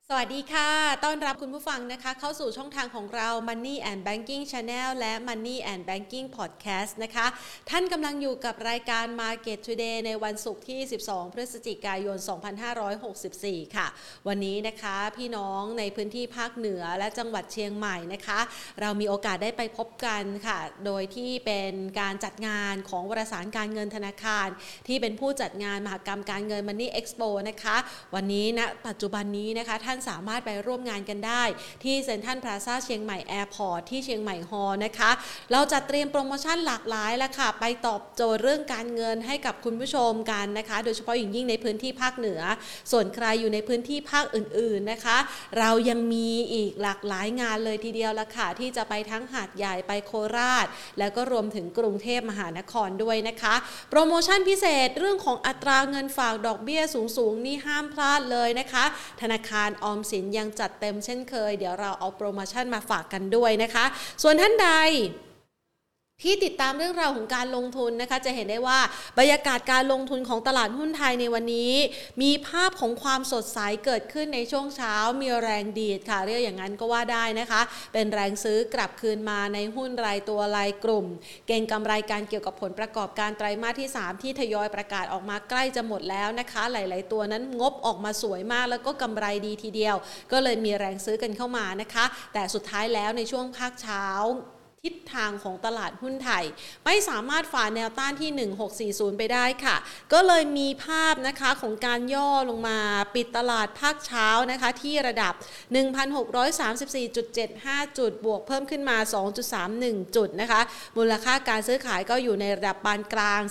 สวัสดีค่ะต้อนรับคุณผู้ฟังนะคะเข้าสู่ช่องทางของเรา Money and Banking Channel และ Money and Banking Podcast นะคะท่านกำลังอยู่กับรายการ Market Today ในวันศุกร์ที่ 12 พฤศจิกายน 2564 ค่ะวันนี้นะคะพี่น้องในพื้นที่ภาคเหนือและจังหวัดเชียงใหม่นะคะเรามีโอกาสได้ไปพบกันค่ะโดยที่เป็นการจัดงานของวารสารการเงินธนาคารที่เป็นผู้จัดงานมหกรรมการเงิน Money Expo นะคะวันนี้ณปัจจุบันนี้นะคะท่านสามารถไปร่วมงานกันได้ที่เซ็นทรัลพลาซ่าเชียงใหม่แอร์พอร์ตที่เชียงใหม่ฮอลล์นะคะเราจัดเตรียมโปรโมชั่นหลากหลายแล้วค่ะไปตอบโจทย์เรื่องการเงินให้กับคุณผู้ชมกันนะคะโดยเฉพาะอย่างยิ่งในพื้นที่ภาคเหนือส่วนใครอยู่ในพื้นที่ภาคอื่นๆนะคะเรายังมีอีกหลากหลายงานเลยทีเดียวละค่ะที่จะไปทั้งหาดใหญ่ไปโคราชแล้วก็รวมถึงกรุงเทพมหานครด้วยนะคะโปรโมชั่นพิเศษเรื่องของอัตราเงินฝากดอกเบี้ยสูงๆนี่ห้ามพลาดเลยนะคะธนาคารออมสินยังจัดเต็มเช่นเคยเดี๋ยวเราเอาโปรโมชั่นมาฝากกันด้วยนะคะส่วนท่านใดที่ติดตามเรื่องราวของการลงทุนนะคะจะเห็นได้ว่าบรรยากาศการลงทุนของตลาดหุ้นไทยในวันนี้มีภาพของความสดใสเกิดขึ้นในช่วงเช้ามีแรงดีดค่ะเรียกอย่างนั้นก็ว่าได้นะคะเป็นแรงซื้อกลับคืนมาในหุ้นรายตัวรายกลุ่มเก็งกำไรการเกี่ยวกับผลประกอบการไตรมาสที่3ที่ทยอยประกาศออกมาใกล้จะหมดแล้วนะคะหลายๆตัวนั้นงบออกมาสวยมากแล้วก็กำไรดีทีเดียวก็เลยมีแรงซื้อกันเข้ามานะคะแต่สุดท้ายแล้วในช่วงภาคเช้าทิศทางของตลาดหุ้นไทยไม่สามารถฝ่าแนวต้านที่1640ไปได้ค่ะก็เลยมีภาพนะคะของการย่อลงมาปิดตลาดภาคเช้านะคะที่ระดับ 1,634.75 จุดบวกเพิ่มขึ้นมา 2.31 จุดนะคะมูลค่าการซื้อขายก็อยู่ในระดับปานกลาง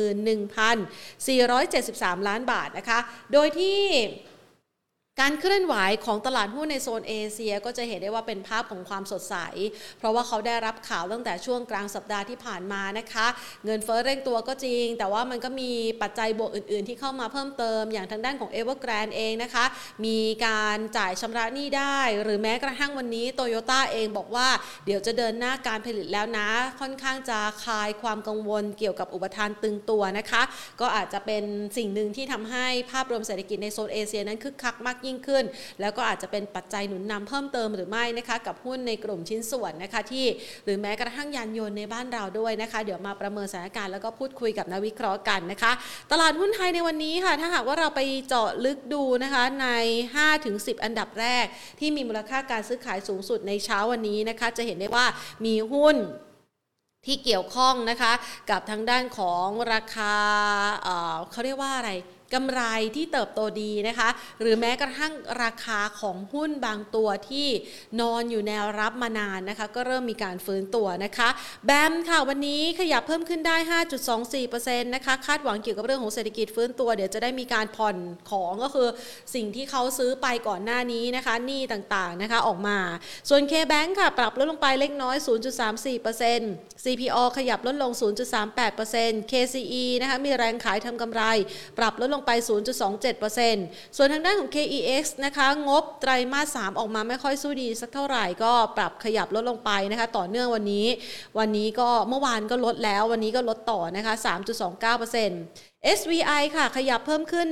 41,473 ล้านบาทนะคะโดยที่การเคลื่อนไหวของตลาดหุ้นในโซนเอเชียก็จะเห็นได้ว่าเป็นภาพของความสดใสเพราะว่าเขาได้รับข่าวตั้งแต่ช่วงกลางสัปดาห์ที่ผ่านมานะคะเงินเฟ้อเร่งตัวก็จริงแต่ว่ามันก็มีปัจจัยบวกอื่นๆที่เข้ามาเพิ่มเติมอย่างทางด้านของ Evergrande เองนะคะมีการจ่ายชำระหนี้ได้หรือแม้กระทั่งวันนี้ Toyota เองบอกว่าเดี๋ยวจะเดินหน้าการผลิตแล้วนะค่อนข้างจะคลายความกังวลเกี่ยวกับอุปทานตึงตัวนะคะก็อาจจะเป็นสิ่งหนึ่งที่ทำให้ภาพรวมเศรษฐกิจในโซนเอเชียนั้นคึกคักมากยิ่งขึ้นแล้วก็อาจจะเป็นปัจจัยหนุนนำเพิ่มเติมหรือไม่นะคะกับหุ้นในกลุ่มชิ้นส่วนนะคะที่หรือแม้กระทั่งยานยนต์ในบ้านเราด้วยนะคะเดี๋ยวมาประเมินสถานการณ์แล้วก็พูดคุยกับนักวิเคราะห์กันนะคะตลาดหุ้นไทยในวันนี้ค่ะถ้าหากว่าเราไปเจาะลึกดูนะคะใน 5-10 อันดับแรกที่มีมูลค่าการซื้อขายสูงสุดในเช้าวันนี้นะคะจะเห็นได้ว่ามีหุ้นที่เกี่ยวข้องนะคะกับทางด้านของราคาเขาเรียกว่าอะไรกำไรที่เติบโตดีนะคะหรือแม้กระทั่งราคาของหุ้นบางตัวที่นอนอยู่แนวรับมานานนะคะก็เริ่มมีการฟื้นตัวนะคะแบมค่ะวันนี้ขยับเพิ่มขึ้นได้ 5.24% นะคะคาดหวังเกี่ยวกับเรื่องของเศรษฐกิจฟื้นตัวเดี๋ยวจะได้มีการผ่อนของก็คือสิ่งที่เขาซื้อไปก่อนหน้านี้นะคะหนี้ต่างๆนะคะออกมาส่วน K-Bank ค่ะปรับลดลงไปเล็กน้อย 0.34% CPO ขยับลดลง 0.38% KCE นะคะมีแรงขายทำกำไรปรับลดลงไป 0.27% ส่วนทางด้านของ KEX นะคะงบไตรมาส 3ออกมาไม่ค่อยสู้ดีสักเท่าไหร่ก็ปรับขยับลดลงไปนะคะต่อเนื่องวันนี้ก็เมื่อวานก็ลดแล้ววันนี้ก็ลดต่อนะคะ 3.29% SVI ค่ะขยับเพิ่มขึ้น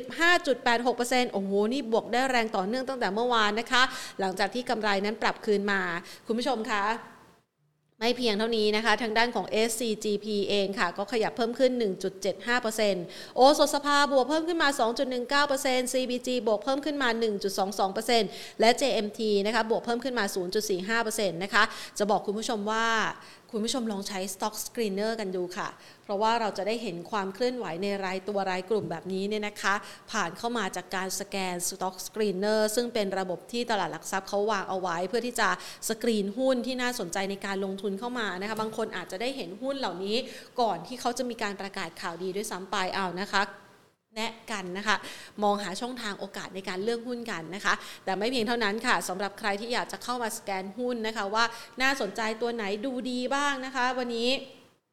15.86% โอ้โหนี่บวกได้แรงต่อเนื่องตั้งแต่เมื่อวานนะคะหลังจากที่กำไรนั้นปรับคืนมาคุณผู้ชมคะไม่เพียงเท่านี้นะคะทางด้านของ SCGP เองค่ะก็ขยับเพิ่มขึ้น 1.75% โอสถสภาบวกเพิ่มขึ้นมา 2.19% CBG บวกเพิ่มขึ้นมา 1.22% และ JMT นะคะบวกเพิ่มขึ้นมา 0.45% นะคะจะบอกคุณผู้ชมว่าคุณผู้ชมลองใช้ Stock Screener กันดูค่ะเพราะว่าเราจะได้เห็นความเคลื่อนไหวในรายตัวรายกลุ่มแบบนี้เนี่ยนะคะผ่านเข้ามาจากการสแกน Stock Screener ซึ่งเป็นระบบที่ตลาดหลักทรัพย์เขาวางเอาไว้เพื่อที่จะสกรีนหุ้นที่น่าสนใจในการลงทุนเข้ามานะคะบางคนอาจจะได้เห็นหุ้นเหล่านี้ก่อนที่เขาจะมีการประกาศข่าวดีด้วยซ้ำไปนะคะแนะกันนะคะมองหาช่องทางโอกาสในการเลือกหุ้นกันนะคะแต่ไม่เพียงเท่านั้นค่ะสำหรับใครที่อยากจะเข้ามาสแกนหุ้นนะคะว่าน่าสนใจตัวไหนดูดีบ้างนะคะวันนี้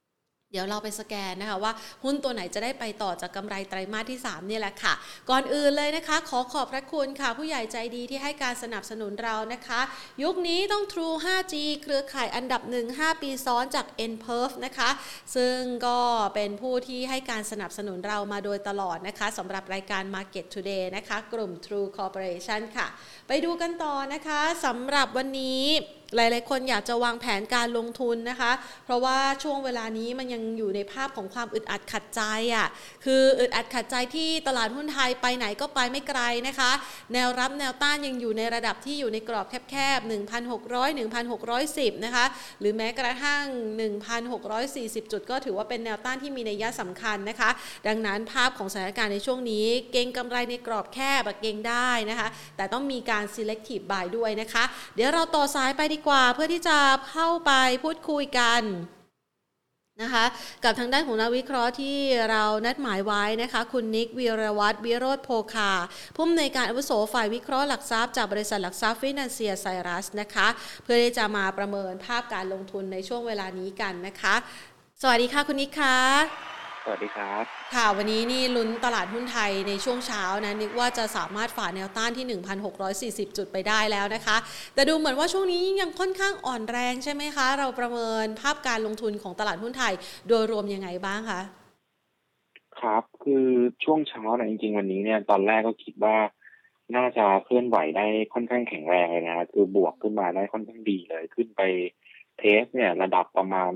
เดี๋ยวเราไปสแกนนะคะว่าหุ้นตัวไหนจะได้ไปต่อจากกำไรไตรมาสที่3เนี่ยแหละค่ะก่อนอื่นเลยนะคะขอขอบพระคุณค่ะผู้ใหญ่ใจดีที่ให้การสนับสนุนเรานะคะยุคนี้ต้อง True 5G เครือข่ายอันดับ1 5 ปีซ้อนจาก nPerf นะคะซึ่งก็เป็นผู้ที่ให้การสนับสนุนเรามาโดยตลอดนะคะสำหรับรายการ Market Today นะคะกลุ่ม True Corporation ค่ะไปดูกันต่อนะคะสำหรับวันนี้หลายๆคนอยากจะวางแผนการลงทุนนะคะเพราะว่าช่วงเวลานี้มันยังอยู่ในภาพของความอึดอัดขัดใจอ่ะคืออึดอัดขัดใจที่ตลาดหุ้นไทยไปไหนก็ไปไม่ไกลนะคะแนวรับแนวต้านยังอยู่ในระดับที่อยู่ในกรอบแคบๆ 1,600 1,610 นะคะหรือแม้กระทั่ง 1,640 จุดก็ถือว่าเป็นแนวต้านที่มีนัยสำคัญนะคะดังนั้นภาพของสถานการณ์ในช่วงนี้เก็งกำไรในกรอบแคบเก็งได้นะคะแต่ต้องมีการ selective buy ด้วยนะคะเดี๋ยวเราต่อสายไปดีกว่าเพื่อที่จะเข้าไปพูดคุยกันนะคะกับทางด้านของนักวิเคราะห์ที่เรานัดหมายไว้นะคะคุณนิกวีรวัฒน์วิโรจน์โภคาผู้อำนวยการอาวุโสฝ่ายวิเคราะห์หลักทรัพย์จากบริษัทหลักทรัพย์ฟินันเซียไซรัสนะคะเพื่อที่จะมาประเมินภาพการลงทุนในช่วงเวลานี้กันนะคะสวัสดีค่ะคุณนิกค่ะสวัสดีครับค่ะวันนี้นี่ลุ้นตลาดหุ้นไทยในช่วงเช้านะนึกว่าจะสามารถฝ่าแนวต้านที่ 1,640 จุดไปได้แล้วนะคะแต่ดูเหมือนว่าช่วงนี้ยังค่อนข้างอ่อนแรงใช่ไหมคะเราประเมินภาพการลงทุนของตลาดหุ้นไทยโดยรวมยังไงบ้างคะครับคือช่วงเช้านะจริงๆวันนี้เนี่ยตอนแรกก็คิดว่าน่าจะเคลื่อนไหวได้ค่อนข้างแข็งแรงเลยนะคือบวกขึ้นมาได้ค่อนข้างดีเลยขึ้นไปเทสเนี่ยระดับประมาณ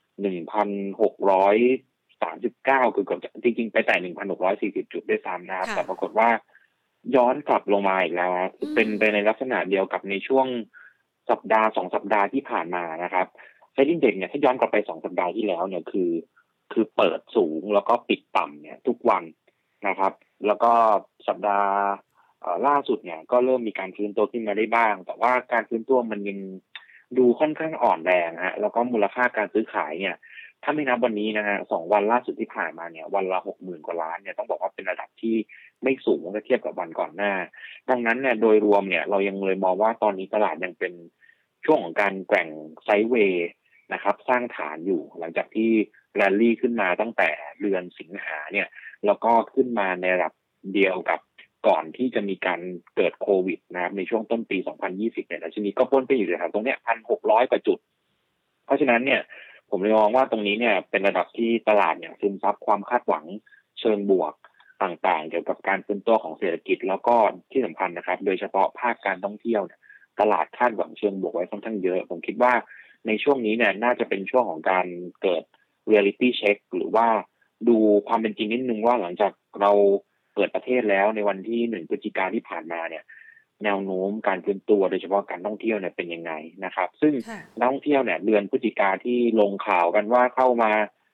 1,639คือเกือบจริงๆไปแต่1,640จุดด้วยซ้ำนะครับแต่ปรากฏว่าย้อนกลับลงมาอีกแล้วเป็นไปในลักษณะเดียวกับในช่วงสัปดาห์2สัปดาห์ที่ผ่านมานะครับเซ็นดิ้งเด็กเนี่ยถ้าย้อนกลับไป2สัปดาห์ที่แล้วเนี่ยคือเปิดสูงแล้วก็ปิดต่ำเนี่ยทุกวันนะครับแล้วก็สัปดาห์ล่าสุดเนี่ยก็เริ่มมีการฟื้นตัวขึ้นมาได้บ้างแต่ว่าการฟื้นตัวมันยังดูค่อนข้างอ่อนแรงแล้วก็มูลค่าการซื้อขายเนี่ยถ้าไม่นับวันนี้นะฮะ2วันล่าสุดที่ผ่านมาเนี่ยวันละ 60,000 กว่าล้านเนี่ยต้องบอกว่าเป็นระดับที่ไม่สูงเมื่อเทียบกับวันก่อนหน้าดังนั้นเนี่ยโดยรวมเนี่ยเรายังเลยมองว่าตอนนี้ตลาดยังเป็นช่วงของการแกว่งไซด์เวย์นะครับสร้างฐานอยู่หลังจากที่แรลลี่ขึ้นมาตั้งแต่เดือนสิงหาเนี่ยแล้วก็ขึ้นมาในระดับเดียวกับก่อนที่จะมีการเกิดโควิดนะครับในช่วงต้นปี 2020 เนี่ยดัชนีก็พ้นไปอยู่เลยครับตรงเนี้ย 1,600 กว่าจุดเพราะฉะนั้นเนี่ยผมเลยมองว่าตรงนี้เนี่ยเป็นระดับที่ตลาดเนี่ยซึมซับความคาดหวังเชิงบวกต่างๆเกี่ยวกับการฟื้นตัวของเศรษฐกิจแล้วก็ที่สำคัญนะครับโดยเฉพาะภาคการท่องเที่ยวเนี่ยตลาดคาดหวังเชิงบวกไว้ค่อนข้างเยอะผมคิดว่าในช่วงนี้เนี่ยน่าจะเป็นช่วงของการเกิด reality check หรือว่าดูความเป็นจริงนิดนึงว่าหลังจากเราเปิดประเทศแล้วในวันที่1พฤศจิกายนที่ผ่านมาเนี่ยแนวโน้มการฟื้นตัวโดยเฉพาะการท่องเที่ยวเนี่ยเป็นยังไงนะครับซึ่งนักท่องเที่ยวเนี่ยเดือนพฤศจิกายนที่ลงข่าวกันว่าเข้ามา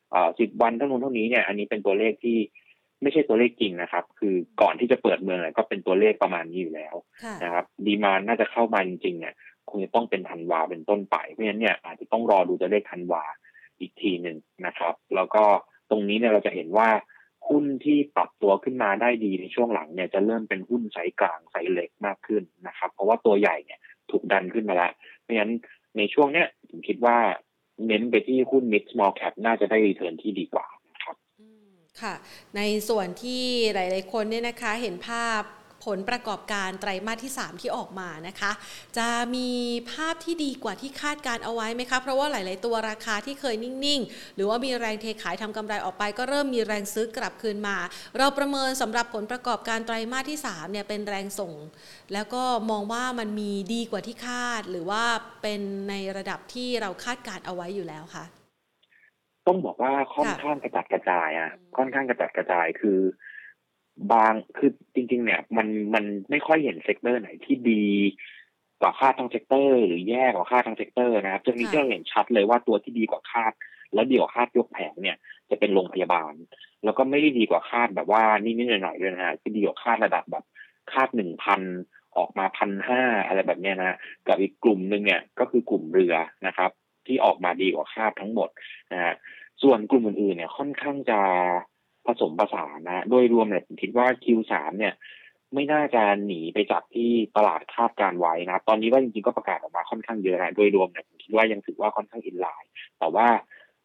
10 วันเท่านู้นเท่านี้เนี่ยอันนี้เป็นตัวเลขที่ไม่ใช่ตัวเลขจริงนะครับคือก่อนที่จะเปิดเมืองก็เป็นตัวเลขประมาณนี้อยู่แล้วนะครับดีมานด์น่าจะเข้ามาจริงๆเนี่ยคงจะต้องเป็นธันวาเป็นต้นไปเพราะฉะนั้นเนี่ยอาจจะต้องรอดูตัวเลขธันวาอีกทีหนึ่งนะครับแล้วก็ตรงนี้เนี่ยเราจะเห็นว่าหุ้นที่ปรับตัวขึ้นมาได้ดีในช่วงหลังเนี่ยจะเริ่มเป็นหุ้นไซส์กลางไซส์เล็กมากขึ้นนะครับเพราะว่าตัวใหญ่เนี่ยถูกดันขึ้นมาแล้วเพราะฉะนั้นในช่วงเนี้ยผมคิดว่าเน้นไปที่หุ้น mid small cap น่าจะได้รีเทิร์นที่ดีกว่านะครับค่ะในส่วนที่หลายๆคนเนี่ยนะคะเห็นภาพผลประกอบการไตรมาสที่3ที่ออกมานะคะจะมีภาพที่ดีกว่าที่คาดการเอาไว้ไหมคะเพราะว่าหลายๆตัวราคาที่เคยนิ่งๆหรือว่ามีแรงเทขายทำกำไรออกไปก็เริ่มมีแรงซื้อกลับคืนมาเราประเมินสำหรับผลประกอบการไตรมาสที่3เนี่ยเป็นแรงส่งแล้วก็มองว่ามันมีดีกว่าที่คาดหรือว่าเป็นในระดับที่เราคาดการเอาไว้อยู่แล้วคะต้องบอกว่าค่อนข้างกระจัดกระจายค่อนข้างกระจัดกระจายคือจริงๆเนี่ยมันไม่ค่อยเห็นเซกเตอร์ไหนที่ดีกว่าคาดทั้งเซกเตอร์หรือแย่กว่าคาดทั้งเซกเตอร์นะครับจะมีที่เราเห็นชัดเลยว่าตัวที่ดีกว่าคาดแล้วดีกว่าคาดยกแผงเนี่ยจะเป็นโรงพยาบาลแล้วก็ไม่ได้ดีกว่าคาดแบบว่านิดๆหน่อยๆด้วยนะฮะที่ดีกว่าคาดระดับแบบคาด 1,000 ออกมา 1,500 อะไรแบบเนี้ยนะกับอีกกลุ่มนึงเนี่ยก็คือกลุ่มเรือนะครับที่ออกมาดีกว่าคาดทั้งหมดนะฮะส่วนกลุ่มอื่นๆเนี่ยค่อนข้างจะผสมผสานนะโดยรวมเนี่ยผมคิดว่า Q3 เนี่ยไม่น่าจะหนีไปจากที่ตลาดคาดการไว้นะตอนนี้ก็จริงๆก็ประกาศออกมาค่อนข้างเยอะนะโดยรวมเนี่ยผมคิดว่ายังถือว่าค่อนข้างอินไลน์แต่ว่า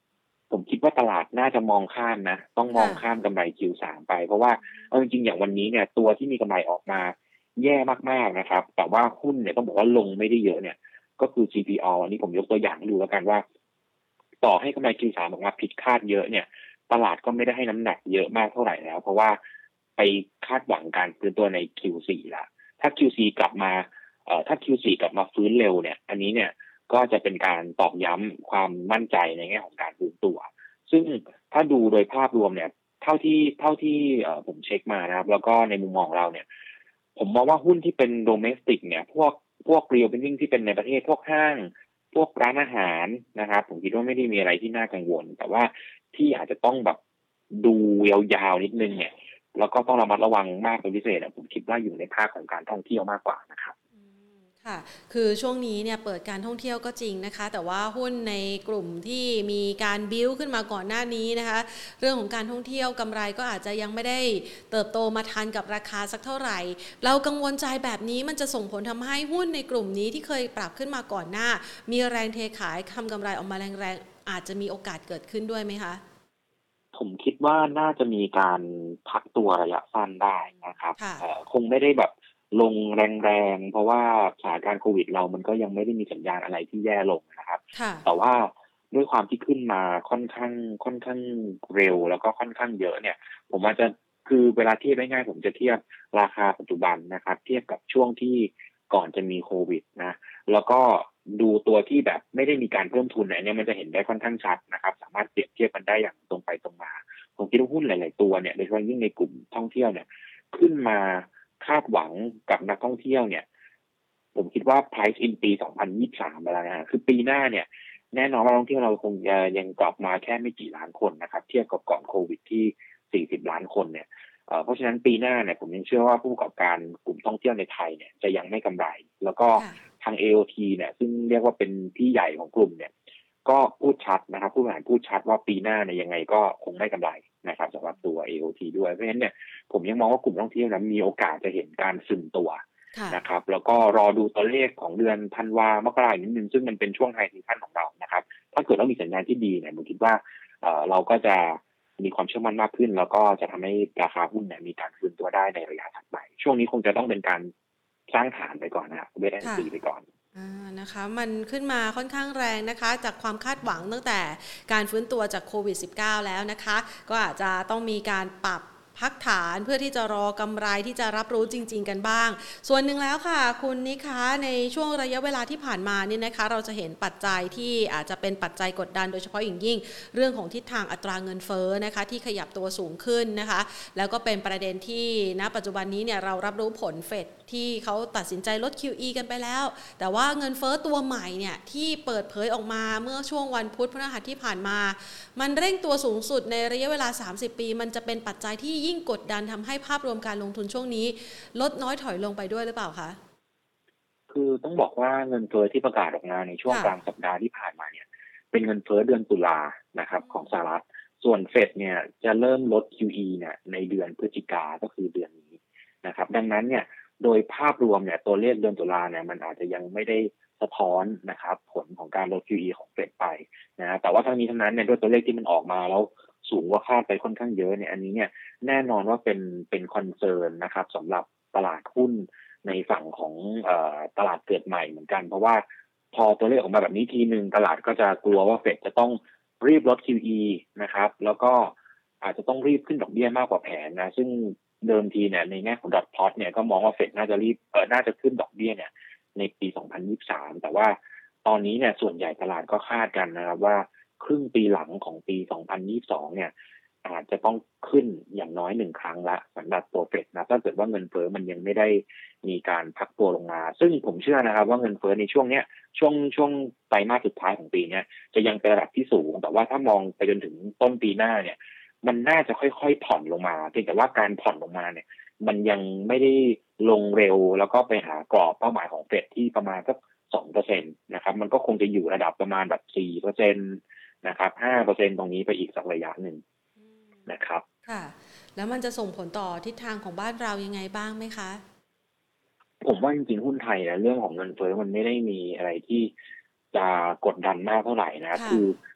ผมคิดว่าตลาดน่าจะมองข้ามนะต้องมองข้ามกำไร Q3 ไปเพราะว่าเอาจริงๆอย่างวันนี้เนี่ยตัวที่มีกำไรออกมาแย่มากๆนะครับแต่ว่าหุ้นเนี่ยต้องบอกว่าลงไม่ได้เยอะเนี่ยก็คือ GPO อันนี้ผมยกตัวอย่างให้ดูแล้วกันว่าต่อให้กำไร Q3 ออกมาผิดคาดเยอะเนี่ยตลาดก็ไม่ได้ให้น้ำหนักเยอะมากเท่าไหร่แล้วเพราะว่าไปคาดหวังการฟื้นตัวใน Q4 ละถ้า Q4 กลับมาถ้า Q4 กลับมาฟื้นเร็วเนี่ยอันนี้เนี่ยก็จะเป็นการตอกย้ำความมั่นใจในแง่ของการฟื้นตัวซึ่งถ้าดูโดยภาพรวมเนี่ยเท่าที่ผมเช็คมานะครับแล้วก็ในมุมมองเราเนี่ยผมมองว่าหุ้นที่เป็นโดเมสติกเนี่ยพวกเรียลเบนนิ่งที่เป็นในประเทศพวกห้างพวกร้านอาหารนะครับผมคิดว่าไม่ได้มีอะไรที่น่ากังวลแต่ว่าที่อาจจะต้องแบบดูยาวๆนิดนึงเนี่ยแล้วก็ต้องระมัดระวังมากเป็นพิเศษผมคิดว่าอยู่ในภาคของการท่องเที่ยวมากกว่านะครับค่ะคือช่วงนี้เนี่ยเปิดการท่องเที่ยวก็จริงนะคะแต่ว่าหุ้นในกลุ่มที่มีการบิ้วขึ้นมาก่อนหน้านี้นะคะเรื่องของการท่องเที่ยวกำไรก็อาจจะยังไม่ได้เติบโตมาทันกับราคาสักเท่าไหร่เรากังวลใจแบบนี้มันจะส่งผลทำให้หุ้นในกลุ่มนี้ที่เคยปรับขึ้นมาก่อนหน้ามีแรงเทขายทำกำไรออกมาแรงๆอาจจะมีโอกาสเกิดขึ้นด้วยไหมคะผมคิดว่าน่าจะมีการพักตัวระยะสั้นได้นะครับคงไม่ได้แบบลงแรงๆเพราะว่าสถานการณ์โควิดเรามันก็ยังไม่ได้มีสัญญาณอะไรที่แย่ลงนะครับแต่ว่าด้วยความที่ขึ้นมาค่อนข้างเร็วแล้วก็ค่อนข้างเยอะเนี่ยผมอาจจะคือเวลาเทียบง่ายๆผมจะเทียบราคาปัจจุบันนะครับเทียบกับช่วงที่ก่อนจะมีโควิดนะแล้วก็ดูตัวที่แบบไม่ได้มีการเพิ่มทุนอันนี้มันจะเห็นได้ค่อนข้างชัดนะครับสามารถเปรียบเทียบกันได้อย่างตรงไปตรงมาผมคิดว่าหุ้นหลายๆตัวเนี่ยโดยเฉพาะยิ่งในกลุ่มท่องเที่ยวเนี่ยขึ้นมาคาดหวังกับนักท่องเที่ยวเนี่ยผมคิดว่า price in ปี 2023 ไปแล้วนะคือปีหน้าเนี่ยแน่นอนว่านักท่องเที่ยวเราคงจะยังกลับมาแค่ไม่กี่ล้านคนนะครับเทียบกับก่อนโควิดที่40ล้านคนเนี่ยเพราะฉะนั้นปีหน้าเนี่ยผมยังเชื่อว่าผู้ประกอบการกลุ่มท่องเที่ยวในไทยเนี่ยจะยังไม่กำไรแล้วก็ทาง AOT เนี่ยซึ่งเรียกว่าเป็นพี่ใหญ่ของกลุ่มเนี่ยก็พูดชัดนะครับผู้บริหารพูดชัดว่าปีหน้าเนี่ยยังไงก็คงไม่กำไรนะครับสำหรับตัว AOT ด้วยเพราะฉะนั้นเนี่ยผมยังมองว่ากลุ่มท่องเที่ยวนั้นมีโอกาสจะเห็นการซึมตัวนะครับแล้วก็รอดูตัวเลขของเดือนธันวามกราคมนิดนึงซึ่งมันเป็นช่วงไฮซีซั่นของเรานะครับถ้าเกิดว่ามีสัญญาณที่ดีเนี่ยผมคิดว่าเราก็จะมีความเชื่อมั่นมากขึ้นแล้วก็จะทำให้ราคาหุ้นเนี่ยมีการฟื้นตัวได้ในระยะถัดไปช่วงนี้คงจะต้องเป็นการสร้างฐานไปก่อนนะครับเวทแอนซีไปก่อนนะคะมันขึ้นมาค่อนข้างแรงนะคะจากความคาดหวังตั้งแต่การฟื้นตัวจากโควิด -19 แล้วนะคะก็อาจจะต้องมีการปรับพักฐานเพื่อที่จะรอกำไรที่จะรับรู้จริงๆกันบ้างส่วนหนึ่งแล้วค่ะคุณนิคะในช่วงระยะเวลาที่ผ่านมานี่นะคะเราจะเห็นปัจจัยที่อาจจะเป็นปัจจัยกดดันโดยเฉพาะอย่างยิ่งเรื่องของทิศทางอัตราเงินเฟ้อนะคะที่ขยับตัวสูงขึ้นนะคะแล้วก็เป็นประเด็นที่ณปัจจุบันนี้เนี่ยเรารับรู้ผลเฟดที่เขาตัดสินใจลด QE กันไปแล้วแต่ว่าเงินเฟ้อตัวใหม่เนี่ยที่เปิดเผยออกมาเมื่อช่วงวันพุธพฤหัสที่ผ่านมามันเร่งตัวสูงสุดในระยะเวลา30ปีมันจะเป็นปัจจัยที่ยิ่งกดดันทำให้ภาพรวมการลงทุนช่วงนี้ลดน้อยถอยลงไปด้วยหรือเปล่าคะคือต้องบอกว่าเงินเฟ้อที่ประกาศออกมาในช่วงกลางสัปดาห์ที่ผ่านมาเนี่ยเป็นเงินเฟ้อเดือนตุลานะครับของสหรัฐส่วนเฟดเนี่ยจะเริ่มลด QE เนี่ยในเดือนพฤศจิกาก็คือเดือนนี้นะครับดังนั้นเนี่ยโดยภาพรวมเนี่ยตัวเลขเดือนตุลาเนี่ยมันอาจจะยังไม่ได้สะท้อนนะครับผลของการลด QE ของเฟดไปนะแต่ว่าทั้งนี้ทั้งนั้นเนี่ยด้วยตัวเลขที่มันออกมาแล้วสูงกว่าคาดไปค่อนข้างเยอะเนี่ยอันนี้เนี่ยแน่นอนว่าเป็นคอนเซิร์นนะครับสำหรับตลาดหุ้นในฝั่งของตลาดเกิดใหม่เหมือนกันเพราะว่าพอตัวเลขออกมาแบบนี้ทีนึงตลาดก็จะกลัวว่าเฟดจะต้องรีบลด QE นะครับแล้วก็อาจจะต้องรีบขึ้นดอกเบี้ยมากกว่าแผนนะซึ่งเดิมทีเนี่ยในแง่ของดอทพลอตเนี่ยก็มองว่าเฟดน่าจะน่าจะขึ้นดอกเบี้ยเนี่ยในปี 2023 แต่ว่าตอนนี้เนี่ยส่วนใหญ่ตลาดก็คาดกันนะครับว่าครึ่งปีหลังของปี 2022 เนี่ยอาจจะต้องขึ้นอย่างน้อย1ครั้งละสำหรับตัวเฟดนะถ้าเกิดว่าเงินเฟ้อมันยังไม่ได้มีการพักตัวลงมาซึ่งผมเชื่อนะครับว่าเงินเฟ้อในช่วงเนี้ยช่วงไตรมาสสุดท้ายของปีเนี้ยจะยังเป็นระดับที่สูงแต่ว่าถ้ามองไปจนถึงต้นปีหน้าเนี่ยมันน่าจะค่อยๆผ่อนลงมาเพียงแต่ว่าการผ่อนลงมาเนี่ยมันยังไม่ได้ลงเร็วแล้วก็ไปหากรอบเป้าหมายของเฟดที่ประมาณสัก 2% นะครับมันก็คงจะอยู่ระดับประมาณแบบ 4% นะครับ 5% ตรงนี้ไปอีกสักระยะหนึ่งนะครับค่ะแล้วมันจะส่งผลต่อทิศทางของบ้านเรายังไงบ้างไหมคะผมว่าจริงๆหุ้นไทยนะเรื่องของเงินเฟ้อมันไม่ได้มีอะไรที่จะกดดันมากเท่าไหร่นะคือ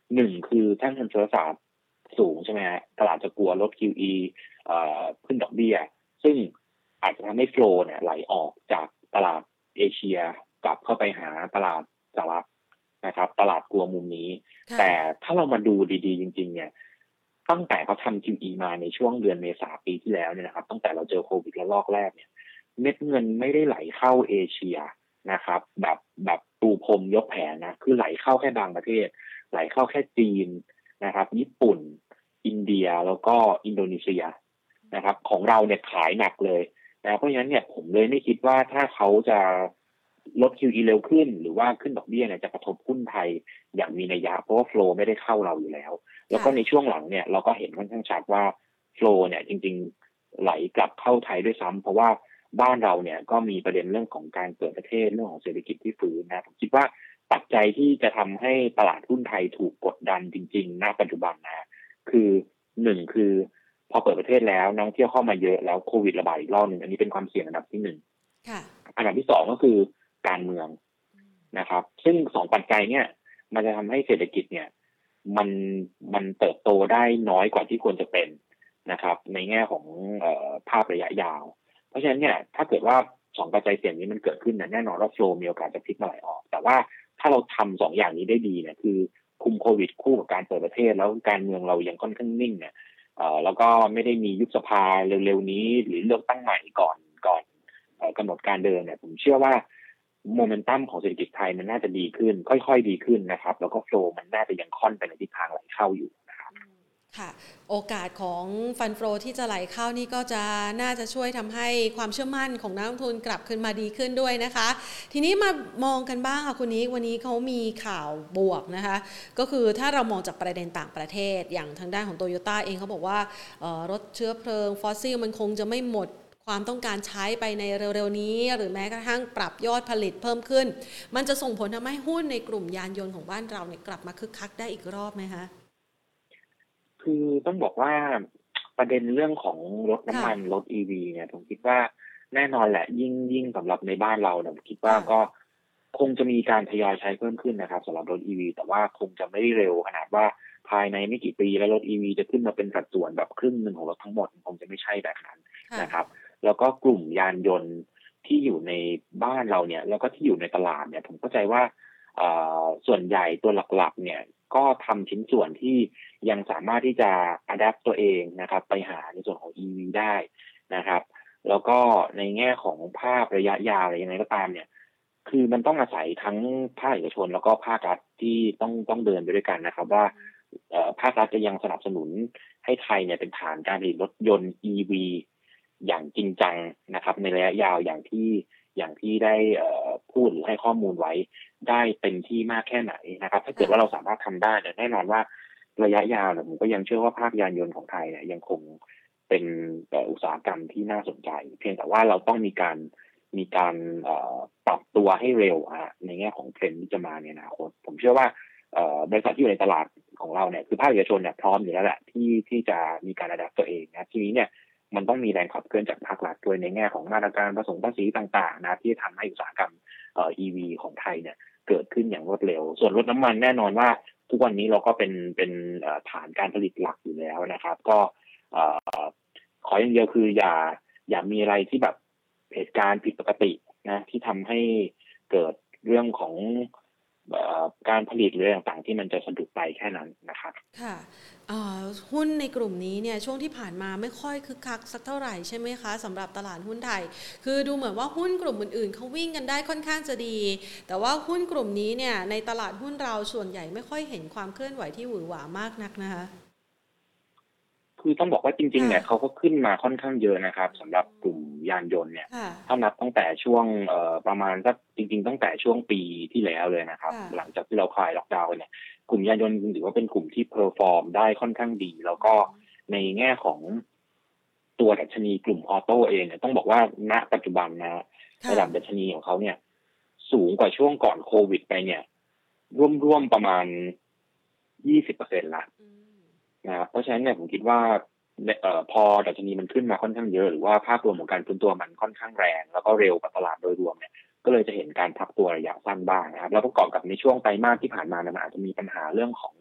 หนึ่งคือถ้าเงินเฟ้อสาบสูงใช่ไหมฮะตลาดจะกลัวลด QE ขึ้นดอกเบี้ยซึ่งอาจจะทำให้โฟลว์เนี่ยไหลออกจากตลาดเอเชียกลับเข้าไปหาตลาดสหรัฐนะครับตลาดกลัวมุมนี้แต่ถ้าเรามาดูดีๆจริงๆเนี่ยตั้งแต่เขาทำ QE มาในช่วงเดือนเมษาปีที่แล้วเนี่ยนะครับตั้งแต่เราเจอโควิดระลอกแรกเนี่ยเม็ดเงินไม่ได้ไหลเข้าเอเชียนะครับแบบปูพรมยกแผงนะคือไหลเข้าแค่บางประเทศไหลเข้าแค่จีนนะครับญี่ปุ่นอินเดียแล้วก็อินโดนีเซียนะครับของเราเนี่ยขายหนักเลยนะเพราะฉะนั้นเนี่ยผมเลยไม่คิดว่าถ้าเขาจะลด QE เร็วขึ้นหรือว่าขึ้นดอกเบี้ยเนี่ยจะกระทบหุ้นไทยอย่างมีนัยยะเพราะว่าโฟลว์ไม่ได้เข้าเราอยู่แล้วแล้วก็ในช่วงหลังเนี่ยเราก็เห็นค่อนข้างชัดว่าโฟลว์เนี่ยจริงๆไหลกลับเข้าไทยด้วยซ้ำเพราะว่าบ้านเราเนี่ยก็มีประเด็นเรื่องของการเปิดประเทศเรื่องของเศรษฐกิจที่ฟื้นนะผมคิดว่าปัจจัยที่จะทำให้ตลาดหุ้นไทยถูกกดดันจริงๆณปัจจุบันนะคือหนึ่งคือพอเปิดประเทศแล้วนักท่องเที่ยวเข้ามาเยอะแล้วโควิดระบาดอีกรอบหนึ่งอันนี้เป็นความเสี่ยงอันดับที่หนึ่งอันดับที่สองก็คือการเมืองนะครับซึ่งสองปัจจัยเนี่ยมันจะทำให้เศรษฐกิจเนี่ยมันเติบโตได้น้อยกว่าที่ควรจะเป็นนะครับในแง่ของภาพระยะยาวเพราะฉะนั้นเนี่ยถ้าเกิดว่าสองปัจจัยเสี่ยงนี้มันเกิดขึ้นแน่นอนว่าโฟลว์มีโอกาสจะพลิกมาไหลออกแต่ว่าถ้าเราทำสองอย่างนี้ได้ดีเนี่ยคือคุมโควิดคู่กับการเปิดประเทศแล้วการเมืองเรายังค่อนข้างนิ่งเนี่ยแล้วก็ไม่ได้มียุบสภาเร็วๆนี้หรือเลือกตั้งใหม่ก่อนกำหนดการเดินเนี่ยผมเชื่อว่าโมเมนตัมของเศรษฐกิจไทยมันน่าจะดีขึ้นค่อยๆดีขึ้นนะครับแล้วก็โฟลว์มันน่าจะยังค่อนไปในทิศทางไหลเข้าอยู่นะครับค่ะโอกาสของฟันโฟลที่จะไหลเข้านี่ก็จะน่าจะช่วยทำให้ความเชื่อมั่นของนักลงทุนกลับขึ้นมาดีขึ้นด้วยนะคะทีนี้มามองกันบ้างค่ะคุณนี้วันนี้เขามีข่าวบวกนะคะก็คือถ้าเรามองจากประเด็นต่างประเทศอย่างทางด้านของโตโยต้าเองเขาบอกว่ารถเชื้อเพลิงฟอสซิลมันคงจะไม่หมดความต้องการใช้ไปในเร็วๆนี้หรือแม้กระทั่งปรับยอดผลิตเพิ่มขึ้นมันจะส่งผลทำให้หุ้นในกลุ่มยานยนต์ของบ้านเราเนี่ยกลับมาคึกคักได้อีกรอบไหมคะคือต้องบอกว่าประเด็นเรื่องของรถน้ำมันรถ EV เนี่ยผมคิดว่าแน่นอนแหละยิ่งสำหรับในบ้านเราเนี่ยผมคิดว่าก็คงจะมีการทยอยใช้เพิ่มขึ้นนะครับสำหรับรถ EV แต่ว่าคงจะไม่ได้เร็วขนาดว่าภายในไม่กี่ปีแล้วรถ EV จะขึ้นมาเป็นสัดส่วนแบบครึ่งนึงของรถทั้งหมดคงจะไม่ใช่แบบนั้นนะครับแล้วก็กลุ่มยานยนต์ที่อยู่ในบ้านเราเนี่ยแล้วก็ที่อยู่ในตลาดเนี่ยผมเข้าใจว่าส่วนใหญ่ตัวหลักๆเนี่ยก็ทำชิ้นส่วนที่ยังสามารถที่จะ adapt ตัวเองนะครับไปหาในส่วนของ EV ได้นะครับแล้วก็ในแง่ของภาพระยะยาวอะไรยังไงก็ตามเนี่ยคือมันต้องอาศัยทั้งภาคเอกชนแล้วก็ภาครัฐที่ต้องเดินไปด้วยกันนะครับว่าภาครัฐจะยังสนับสนุนให้ไทยเนี่ยเป็นฐานการผลิตรถยนต์ EV อย่างจริงจังนะครับในระยะยาวอย่างที่ได้พูดหรือให้ข้อมูลไว้ได้เต็มที่มากแค่ไหนนะครับถ้าเกิดว่าเราสามารถทำได้เนี่ยแน่นอนว่าระยะยาวเนี่ยผมก็ยังเชื่อว่าภาคยานยนต์ของไทยเนี่ยยังคงเป็นอุตสาหกรรมที่น่าสนใจเพียงแต่ว่าเราต้องมีการปรับตัวให้เร็วในแง่ของเทรนด์ที่จะมาในอนาคตผมเชื่อว่าบริษัทที่อยู่ในตลาดของเราเนี่ยคือภาคเอกชนเนี่ยพร้อมอยู่แล้วแหละที่จะมีการระดับตัวเองนะทีนี้เนี่ยมันต้องมีแรงขับเคลื่อนจากภาครัฐด้วยในแง่ของมาตรการภาษีต่างๆนะที่ทำให้อุตสาหกรรมEV ของไทยเนี่ยเกิดขึ้นอย่างรวดเร็วส่วนรถน้ำมันแน่นอนว่าทุกวันนี้เราก็เป็นฐานการผลิตหลักอยู่แล้วนะครับก็ขออย่างเดียวคืออย่ามีอะไรที่แบบเหตุการณ์ผิดปกตินะที่ทำให้เกิดเรื่องของการผลิตหรืออะไรต่างๆที่มันจะสะดุดไปแค่นั้นนะครับค่ะหุ้นในกลุ่มนี้เนี่ยช่วงที่ผ่านมาไม่ค่อยคึกคักสักเท่าไหร่ใช่ไหมคะสำหรับตลาดหุ้นไทยคือดูเหมือนว่าหุ้นกลุ่มอื่นๆเขาวิ่งกันได้ค่อนข้างจะดีแต่ว่าหุ้นกลุ่มนี้เนี่ยในตลาดหุ้นเราส่วนใหญ่ไม่ค่อยเห็นความเคลื่อนไหวที่หวือหวามากนักนะคะคือต้องบอกว่าจริงๆเนี่ยเขาก็ขึ้นมาค่อนข้างเยอะนะครับสำหรับกลุ่มยานยนต์เนี่ยถ้านับตั้งแต่ช่วงประมาณสักจริงๆตั้งแต่ช่วงปีที่แล้วเลยนะครับหลังจากที่เราคลายล็อกดาวน์เนี่ยกลุ่มยานยนต์ถือว่าเป็นกลุ่มที่เพอร์ฟอร์มได้ค่อนข้างดีแล้วก็ในแง่ของตัวดัชนีกลุ่มออโต้เองเนี่ยต้องบอกว่าณปัจจุบันนะระดับดัชนีของเขาเนี่ยสูงกว่าช่วงก่อนโควิดไปเนี่ยร่วมประมาณ 20% ละนะครับเพราะฉะนั้นเนี่ยผมคิดว่าพอดัชนีมันขึ้นมาค่อนข้างเยอะหรือว่าภาพรวมของการฟื้นตัวมันค่อนข้างแรงแล้วก็เร็วกว่าตลาดโดยรวมเนี่ยก็เลยจะเห็นการพักตัวระยะสั้นบ้างนะครับแล้วประกอบกับในช่วงไตรมาสที่ผ่านมามันอาจจะมีปัญหาเรื่องของ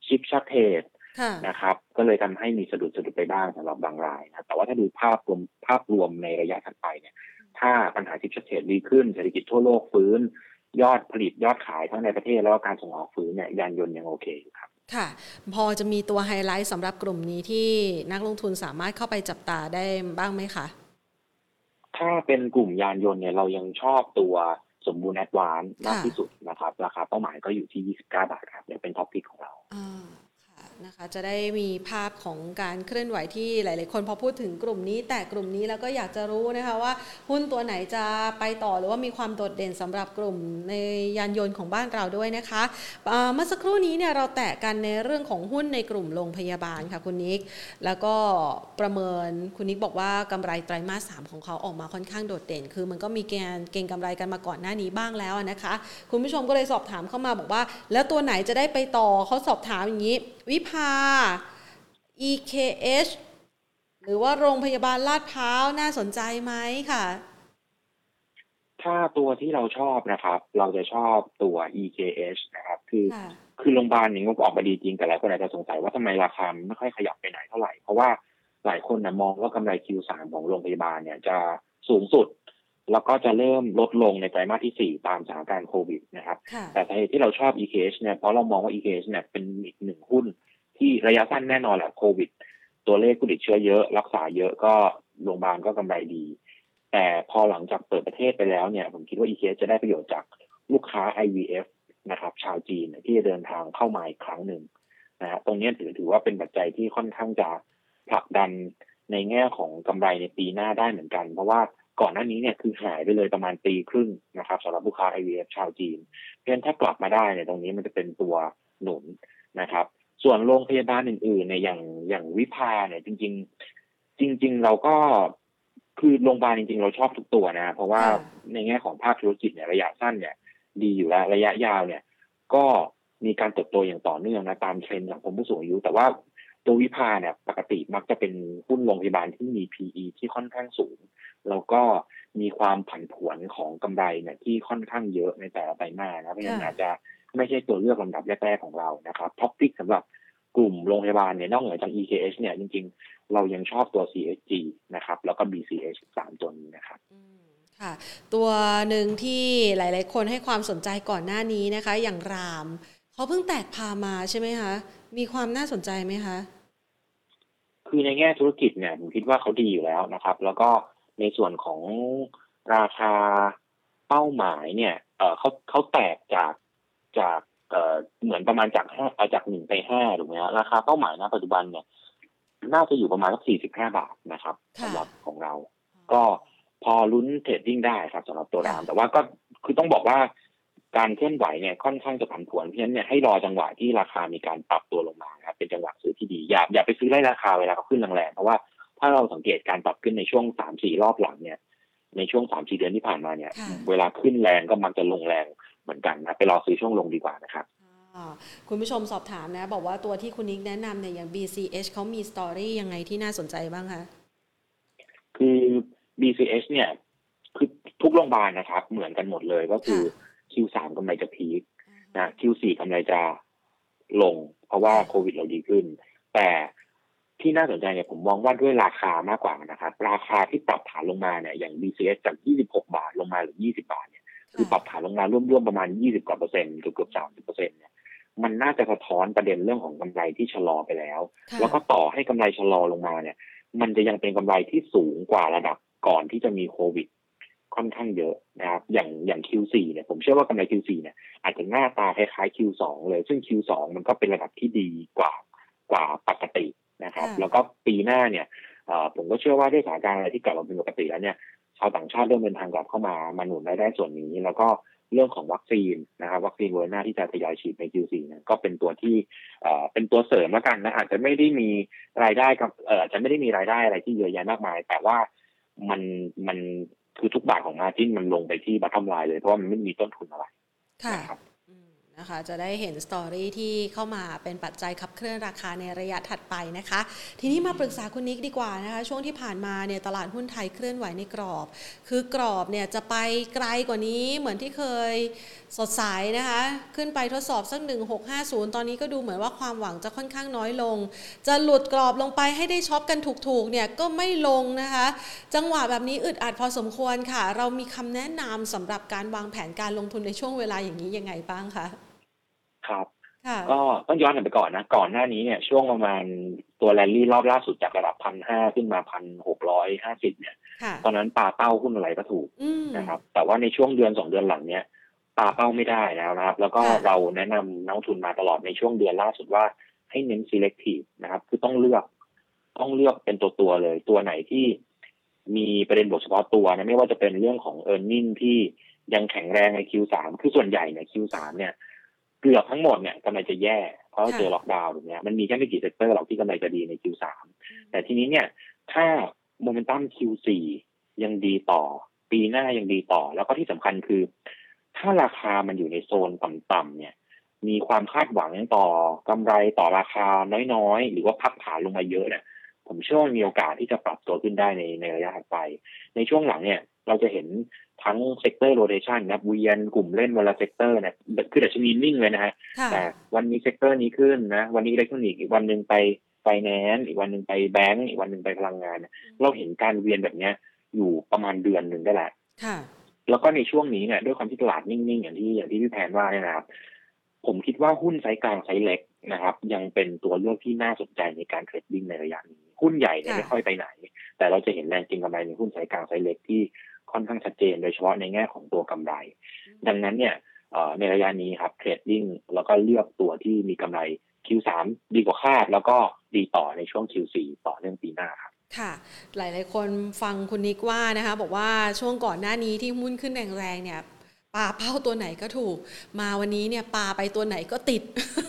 ชิปช็อตเทรดค่ะนะครับก็เลยทำให้มีสะดุดไปบ้างสำหรับบางรายนะแต่ว่าถ้าดูภาพรวมในระยะถัดไปเนี่ยถ้าปัญหาชิปช็อตเทรดดีขึ้นเศรษฐกิจทั่วโลกฟื้นยอดผลิตยอดขายทั้งในประเทศแล้วก็การส่งออกฟื้นเนี่ยยานยนต์ยังโอเคอยู่ครับค่ะพอจะมีตัวไฮไลท์สำหรับกลุ่มนี้ที่นักลงทุนสามารถเข้าไปจับตาได้บ้างไหมคะถ้าเป็นกลุ่มยานยนต์เนี่ยเรายังชอบตัวสมบูรณ์แอดวานซ์มากที่สุดนะครับราคาเป้าหมายก็อยู่ที่29 บาทครับยังเป็นท็อปพิกของเรานะคะจะได้มีภาพของการเคลื่อนไหวที่หลายๆคนพอพูดถึงกลุ่มนี้แต่กลุ่มนี้แล้วก็อยากจะรู้นะคะว่าหุ้นตัวไหนจะไปต่อหรือว่ามีความโดดเด่นสำหรับกลุ่มในยานยนต์ของบ้านเราด้วยนะคะเมื่อสักครู่นี้เนี่ยเราแตะกันในเรื่องของหุ้นในกลุ่มโรงพยาบาลค่ะคุณนิกแล้วก็ประเมินคุณนิกบอกว่ากำไรไตรมาส 3ของเขาออกมาค่อนข้างโดดเด่นคือมันก็มีเกณฑ์กำไรกันมาก่อนหน้านี้บ้างแล้วนะคะคุณผู้ชมก็เลยสอบถามเข้ามาบอกว่าแล้วตัวไหนจะได้ไปต่อเขาสอบถามอย่างนี้วิภา EKH หรือว่าโรงพยาบาลลาดพร้าวน่าสนใจไหมค่ะถ้าตัวที่เราชอบนะครับเราจะชอบตัว EKH นะครับคือโรงพยาบาลนี่งบออกมาดีจริงแต่หลายคนอาจจะสงสัยว่าทำไมราคาไม่ค่อยขยับไปไหนเท่าไหร่เพราะว่าหลายคนนะมองว่ากำไร Q3 ของโรงพยาบาลเนี่ยจะสูงสุดแล้วก็จะเริ่มลดลงในไตรมาสที่4ตามสถานการณ์โควิดนะครับแต่สาเหตุที่เราชอบ EKH เนี่ยเพราะเรามองว่า EKH เนี่ยเป็นอีกหนึ่งหุ้นที่ระยะสั้นแน่นอนแหละโควิดตัวเลขผู้ติดเชื้อเยอะรักษาเยอะก็โรงพยาบาลก็กำไรดีแต่พอหลังจากเปิดประเทศไปแล้วเนี่ยผมคิดว่า EKH จะได้ประโยชน์จากลูกค้า IVF นะครับชาวจีนที่จะเดินทางเข้ามาอีกครั้งหนึ่งนะฮะตรงนี้ถือว่าเป็นปัจจัยที่ค่อนข้างจะผลักดันในแง่ของกำไรในปีหน้าได้เหมือนกันเพราะว่าก่อนหน้านี้เนี่ยคือหายไปเลยประมาณปีครึ่งนะครับสำหรับลูกค้า IVF ชาวจีนเพราะฉะนั้นถ้ากลับมาได้เนี่ยตรงนี้มันจะเป็นตัวหนุนนะครับส่วนโรงพยาบาลอื่นๆเนี่ยอย่างวิภาเนี่ยจริงเราก็คือโรงพยาบาลจริงๆเราชอบทุกตัวนะเพราะว่าในแง่ของภาคธุรกิจเนี่ยระยะสั้นเนี่ยดีอยู่แล้วระยะยาวเนี่ยก็มีการเติบโตอย่างต่อเนื่องนะตามเทรนด์สังคมผู้สูงอายุแต่ว่าตัววิภาเนี่ยปกติมักจะเป็นหุ้นโรงพยาบาลที่มี PE ที่ค่อนข้างสูงแล้วก็มีความผันผวนของกำไรเนี่ยที่ค่อนข้างเยอะในแต่ละไตรมาสนะเพราะฉะนั้นอาจจะไม่ใช่ตัวเลือกลำดับแรกๆของเรานะครับท็อปพิกสำหรับกลุ่มโรงพยาบาลเนี่ยนอกเหนือจาก EKH เนี่ยจริงๆเรายังชอบตัว CHG นะครับแล้วก็ BCH 3ตัวนี้นะครับค่ะตัวหนึ่งที่หลายๆคนให้ความสนใจก่อนหน้านี้นะคะอย่างรามเขาเพิ่งแตกพามาใช่ไหมคะมีความน่าสนใจไหมคะคือในแง่ธุรกิจเนี่ยผมคิดว่าเขาดีอยู่แล้วนะครับแล้วก็ในส่วนของราคาเป้าหมายเนี่ยเขาแตกจากเหมือนประมาณจาก1 ไป 5ถูกไหมฮะราคาเป้าหมายณปัจจุบันเนี่ยน่าจะอยู่ประมาณสัก45 บาทนะครับสำหรับของเราก็พอลุ้นเทรดดิ้งได้ครับสำหรับตัวรามแต่ว่าก็คือต้องบอกว่าการเคลื่อนไหวเนี่ยค่อนข้างจะผันผวนเพราะฉะนั้นเนี่ยให้รอจังหวะที่ราคามีการปรับตัวลงมาครับเป็นจังหวะซื้อที่ดีอย่าไปซื้อไล่ราคาเวลาเขาขึ้นแรงๆเพราะว่าถ้าเราสังเกตการปรับขึ้นในช่วง 3-4 รอบหลังเนี่ยในช่วง 3-4 เดือนที่ผ่านมาเนี่ยเวลาขึ้นแรงก็มักจะลงแรงเหมือนกันนะไปรอซื้อช่วงลงดีกว่านะครับคุณผู้ชมสอบถามนะบอกว่าตัวที่คุณนิกแนะนำเนี่ยอย่าง BCH เขามีสตอรี่ยังไงที่น่าสนใจบ้างคะคือ BCH เนี่ยคือทุกโรงพยาบาลนะครับเหมือนกันหมดเลยก็คือ Q3 กำไรจะพีคนะ Q4 กำไรจะลงเพราะว่าโควิดเราดีขึ้นแต่ที่น่าสนใจเนี่ยผมมองว่าด้วยราคามากกว่านะครับราคาที่ปรับฐานลงมาเนี่ยอย่าง BCH จาก26 บาทลงมาเหลือ20 บาทเนี่ยคือปรับฐานลงมาร่วมๆประมาณ20 กว่าเปอร์เซ็นต์เกือบ 30% เนี่ยมันน่าจะสะท้อนประเด็นเรื่องของกำไรที่ชะลอไปแล้วแล้วก็ต่อให้กำไรชะลอลงมาเนี่ยมันจะยังเป็นกำไรที่สูงกว่าระดับก่อนที่จะมีโควิดค่อนข้างเยอะนะครับอย่าง Q4 เนี่ยผมเชื่อว่ากำไร Q4 เนี่ยอาจจะหน้าตาคล้ายๆ Q2 เลยซึ่ง Q2 มันก็เป็นระดับที่ดีกว่าปกตินะครับแล้วก็ปีหน้าเนี่ยผมก็เชื่อว่าด้วยสถานการณ์อะไรที่กลับมาเป็นปกติแล้วเนี่ยชาวต่างชาติเริ่มเดินทางกลับเข้ามาหนุนรายได้ส่วนนี้แล้วก็เรื่องของวัคซีนนะครับวัคซีนโมเดอร์นาที่จะทยอยฉีดใน Q4 เนี่ยก็เป็นตัวที่เป็นตัวเสริมแล้วกันนะอาจจะไม่ได้มีรายได้กับอาจจะไม่ได้มีรายได้อะไรที่เยอะแยะมากมายแต่ว่ามันคือทุกบาทของมาร์จิ้นมันลงไปที่บัตทอมไลน์เลยเพราะว่ามันไม่มีต้นทุนอะไรค่ะนะคะจะได้เห็นสตอรี่ที่เข้ามาเป็นปัจจัยขับเคลื่อนราคาในระยะถัดไปนะคะทีนี้มาปรึกษาคุณนิกดีกว่านะคะช่วงที่ผ่านมาเนี่ยตลาดหุ้นไทยเคลื่อนไหวในกรอบคือกรอบเนี่ยจะไปไกลกว่านี้เหมือนที่เคยสดใสนะคะขึ้นไปทดสอบสัก1650ตอนนี้ก็ดูเหมือนว่าความหวังจะค่อนข้างน้อยลงจะหลุดกรอบลงไปให้ได้ช็อปกันถูกๆเนี่ยก็ไม่ลงนะคะจังหวะแบบนี้อึดอัดพอสมควรค่ะเรามีคำแนะนำสำหรับการวางแผนการลงทุนในช่วงเวลาอย่างนี้ยังไงบ้างคะครับค่ะก็ต้องย้อนกลับไปก่อนนะก่อนหน้านี้เนี่ยช่วงประมาณตัวแรลลี่รอบล่าสุดจากระดับ1,500ขึ้นมา1,650เนี่ยค่ะตอนนั้นปาเป้าหุ้นอะไรก็ถูกนะครับแต่ว่าในช่วงเดือน2 เดือนหลังเนี้ยปาเป้าไม่ได้แล้วนะครับแล้วก็ค่ะเราแนะนำนักลงทุนมาตลอดในช่วงเดือนล่าสุดว่าให้เน้น selective นะครับคือต้องเลือกเป็นตัวเลยตัวไหนที่มีประเด็นบวกเฉพาะตัวนะไม่ว่าจะเป็นเรื่องของ earning ที่ยังแข็งแรงใน Q3 คือส่วนใหญ่เนี่ย Q3 เนี่ยเกือบทั้งหมดเนี่ยกำไรจะแย่เพราะเจอล็อกดาวน์แบบนี้มันมีแค่ไม่กี่เซกเตอร์หรอกที่กำไรจะดีใน Q3 แต่ทีนี้เนี่ยถ้าโมเมนตัม Q4 ยังดีต่อปีหน้ายังดีต่อแล้วก็ที่สำคัญคือถ้าราคามันอยู่ในโซนต่ำๆเนี่ยมีความคาดหวังต่อกำไรต่อราคาน้อยๆหรือว่าพักฐานลงมาเยอะเนี่ยผมเชื่อว่ามีโอกาสที่จะปรับตัวขึ้นได้ในระยะถัดไปในช่วงหลังเนี่ยเราจะเห็นทั้งเซกเตอร์โรเทชันนะเวียนกลุ่มเล่นวันละเซกเตอร์เนี่ยคือดัชนีนิ่งเลยนะฮะแต่วันนี้เซกเตอร์นี้ขึ้นนะวันนี้อิเล็กทรอนิกส์อีกวันนึงไปไฟแนนซ์อีกวันนึงไปแบงก์อีกวันนึงไปพลังงานเราเห็นการเวียนแบบนี้อยู่ประมาณเดือนนึงได้แหละแล้วก็ในช่วงนี้เนี่ยด้วยความที่ตลาดนิ่งๆอย่างที่พี่แพนว่าเนี่ยนะครับผมคิดว่าหุ้นไซส์กลางไซส์เล็กนะครับยังเป็นตัวเลือกที่น่าสนใจในการเทรดดิ้งในระยะนี้หุ้นใหญ่เนี่ยไม่ค่อยไปไหนแต่เราจะเห็นแรงเก็งกำไรในหุ้นไซส์กลางไซส์เล็กที่ค่อนข้างชัดเจนโดยเฉพาะในแง่ของตัวกำไรดังนั้นเนี่ยในระยะนี้ครับเทรดดิ้งแล้วก็เลือกตัวที่มีกำไร Q3 ดีกว่าคาดแล้วก็ดีต่อในช่วง Q4 ต่อเนื่องปีหน้าครับค่ะหลายๆคนฟังคุณนิกว่านะคะบอกว่าช่วงก่อนหน้านี้ที่หุ้นขึ้นแรงๆเนี่ยปาเป้าตัวไหนก็ถูกมาวันนี้เนี่ยปาไปตัวไหนก็ติด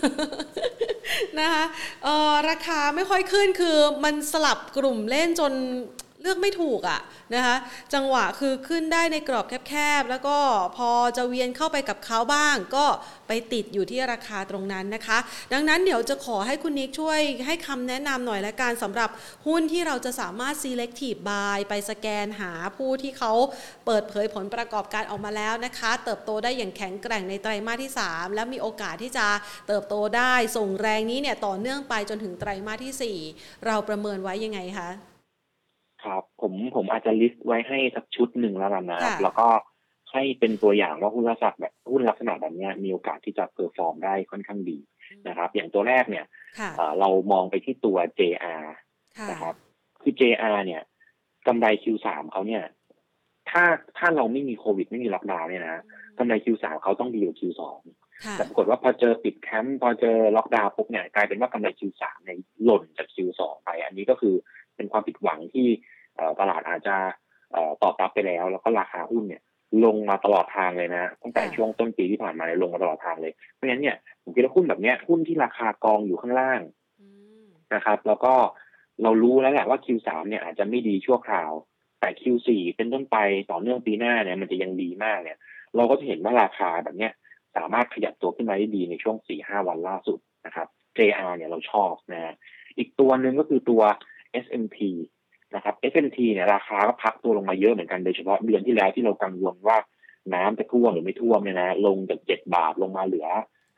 นะคะราคาไม่ค่อยขึ้นคือมันสลับกลุ่มเล่นจนเลือกไม่ถูกอ่ะนะคะจังหวะคือขึ้นได้ในกรอบแคบๆแล้วก็พอจะเวียนเข้าไปกับเขาบ้างก็ไปติดอยู่ที่ราคาตรงนั้นนะคะดังนั้นเดี๋ยวจะขอให้คุณนิกช่วยให้คำแนะนำหน่อยละกันสำหรับหุ้นที่เราจะสามารถ selective buy ไปสแกนหาผู้ที่เขาเปิดเผยผลประกอบการออกมาแล้วนะคะเติบโตได้อย่างแข็งแกร่งในไตรมาสที่3และมีโอกาสที่จะเติบโตได้ส่งแรงนี้เนี่ยต่อเนื่องไปจนถึงไตรมาสที่4เราประเมินไว้ยังไงคะครับผมอาจจะลิสต์ไว้ให้สักชุดหนึ่งแล้วกันนะครับแล้วก็ให้เป็นตัวอย่างว่าหุ้นลักษณะแบบนี้มีโอกาสที่จะเพอร์ฟอร์มได้ค่อนข้างดีนะครับอย่างตัวแรกเนี่ยเรามองไปที่ตัว JR นะครับคือ JR เนี่ยกำไร Q3 เขาเนี่ยถ้าเราไม่มีโควิดไม่มีล็อกดาวน์เนี่ยนะกำไร Q3 เขาต้องดีกว่า Q2 แต่ปรากฏว่าพอเจอปิดแคมป์พอเจอล็อกดาวน์ปุ๊บเนี่ยกลายเป็นว่ากำไร Q3 เนี่ยหล่นจาก Q2 ไปอันนี้ก็คือเป็นความผิดหวังที่ตลาดอาจจะตอบรับไปแล้วก็ราคาหุ้นเนี่ยลงมาตลอดทางเลยนะตั้งแต่ช่วงต้นปีที่ผ่านมาลงมาตลอดทางเลยเพราะฉะนั้นเนี่ยผมคิดว่าหุ้นแบบนี้หุ้นที่ราคากองอยู่ข้างล่างนะครับแล้วก็เรารู้แล้วแหละว่า Q3 เนี่ยอาจจะไม่ดีชั่วคราวแต่ Q4 เป็นต้นไปต่อเนื่องปีหน้าเนี่ยมันจะยังดีมากเนี่ยเราก็จะเห็นว่าราคาแบบเนี้ยสามารถขยับตัวขึ้นมาได้ดีในช่วง 4-5 วันล่าสุดนะครับ JR เนี่ยเราชอบนะอีกตัวหนึ่งก็คือตัว S&P นะครับ S&P เนี่ยราคาก็พักตัวลงมาเยอะเหมือนกันโดยเฉพาะเดือนที่แล้วที่เรากังวลว่าน้ำจะท่วมหรือไม่ท่วมเนี่ยนะลงจาก7 บาทลงมาเหลือ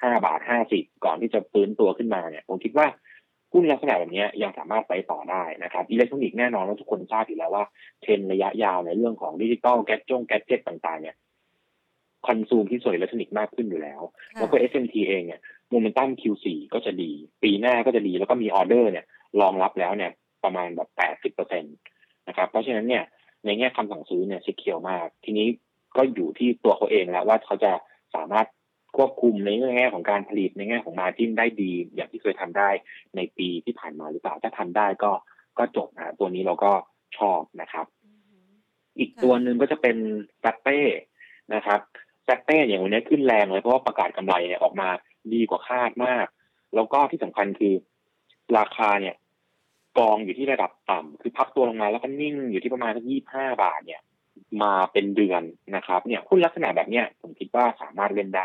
5.50 ก่อนที่จะฟื้นตัวขึ้นมาเนี่ยผมคิดว่าหุ้นลักษณะแบบนี้ยังสามารถไปต่อได้นะครับอิเล็กทรอนิกส์แน่นอนว่าทุกคนทราบอยู่แล้วว่าเทรนด์ระยะยาวในเรื่องของดิจิตอลแกดเจ็ตต่างๆเนี่ยคอนซูมที่ส่วนอิเล็กทรอนิกส์มากขึ้นอยู่แล้วแล้วก็ S&P เองเนี่ยโมเมนตัม Q4 ก็จะดีปีหน้าก็จะดีแล้วก็มีออเดอร์เนี่ยรองรับแล้วเนี่ยประมาณแบบ 80% นะครับเพราะฉะนั้นเนี่ยในแง่คำสั่งซื้อเนี่ยเขียวมากทีนี้ก็อยู่ที่ตัวเขาเองแล้วว่าเขาจะสามารถควบคุมในแง่ของการผลิตในแง่ของมาร์จิ้นได้ดีอย่างที่เคยทำได้ในปีที่ผ่านมาหรือเปล่าถ้าทำได้ก็จบนะตัวนี้เราก็ชอบนะครับอีกตัวหนึ่งก็จะเป็นแซตเต้นะครับแซตเต้อย่างวันนี้ขึ้นแรงเลยเพราะว่าประกาศกำไรเนี่ยออกมาดีกว่าคาดมากแล้วก็ที่สำคัญคือราคาเนี่ยกองอยู่ที่ระดับต่ำคือพักตัวลงมาแล้วก็นิ่งอยู่ที่ประมาณสัก25 บาทเนี่ยมาเป็นเดือนนะครับเนี่ยหุ้นลักษณะแบบเนี้ยผมคิดว่าสามารถเล่นได้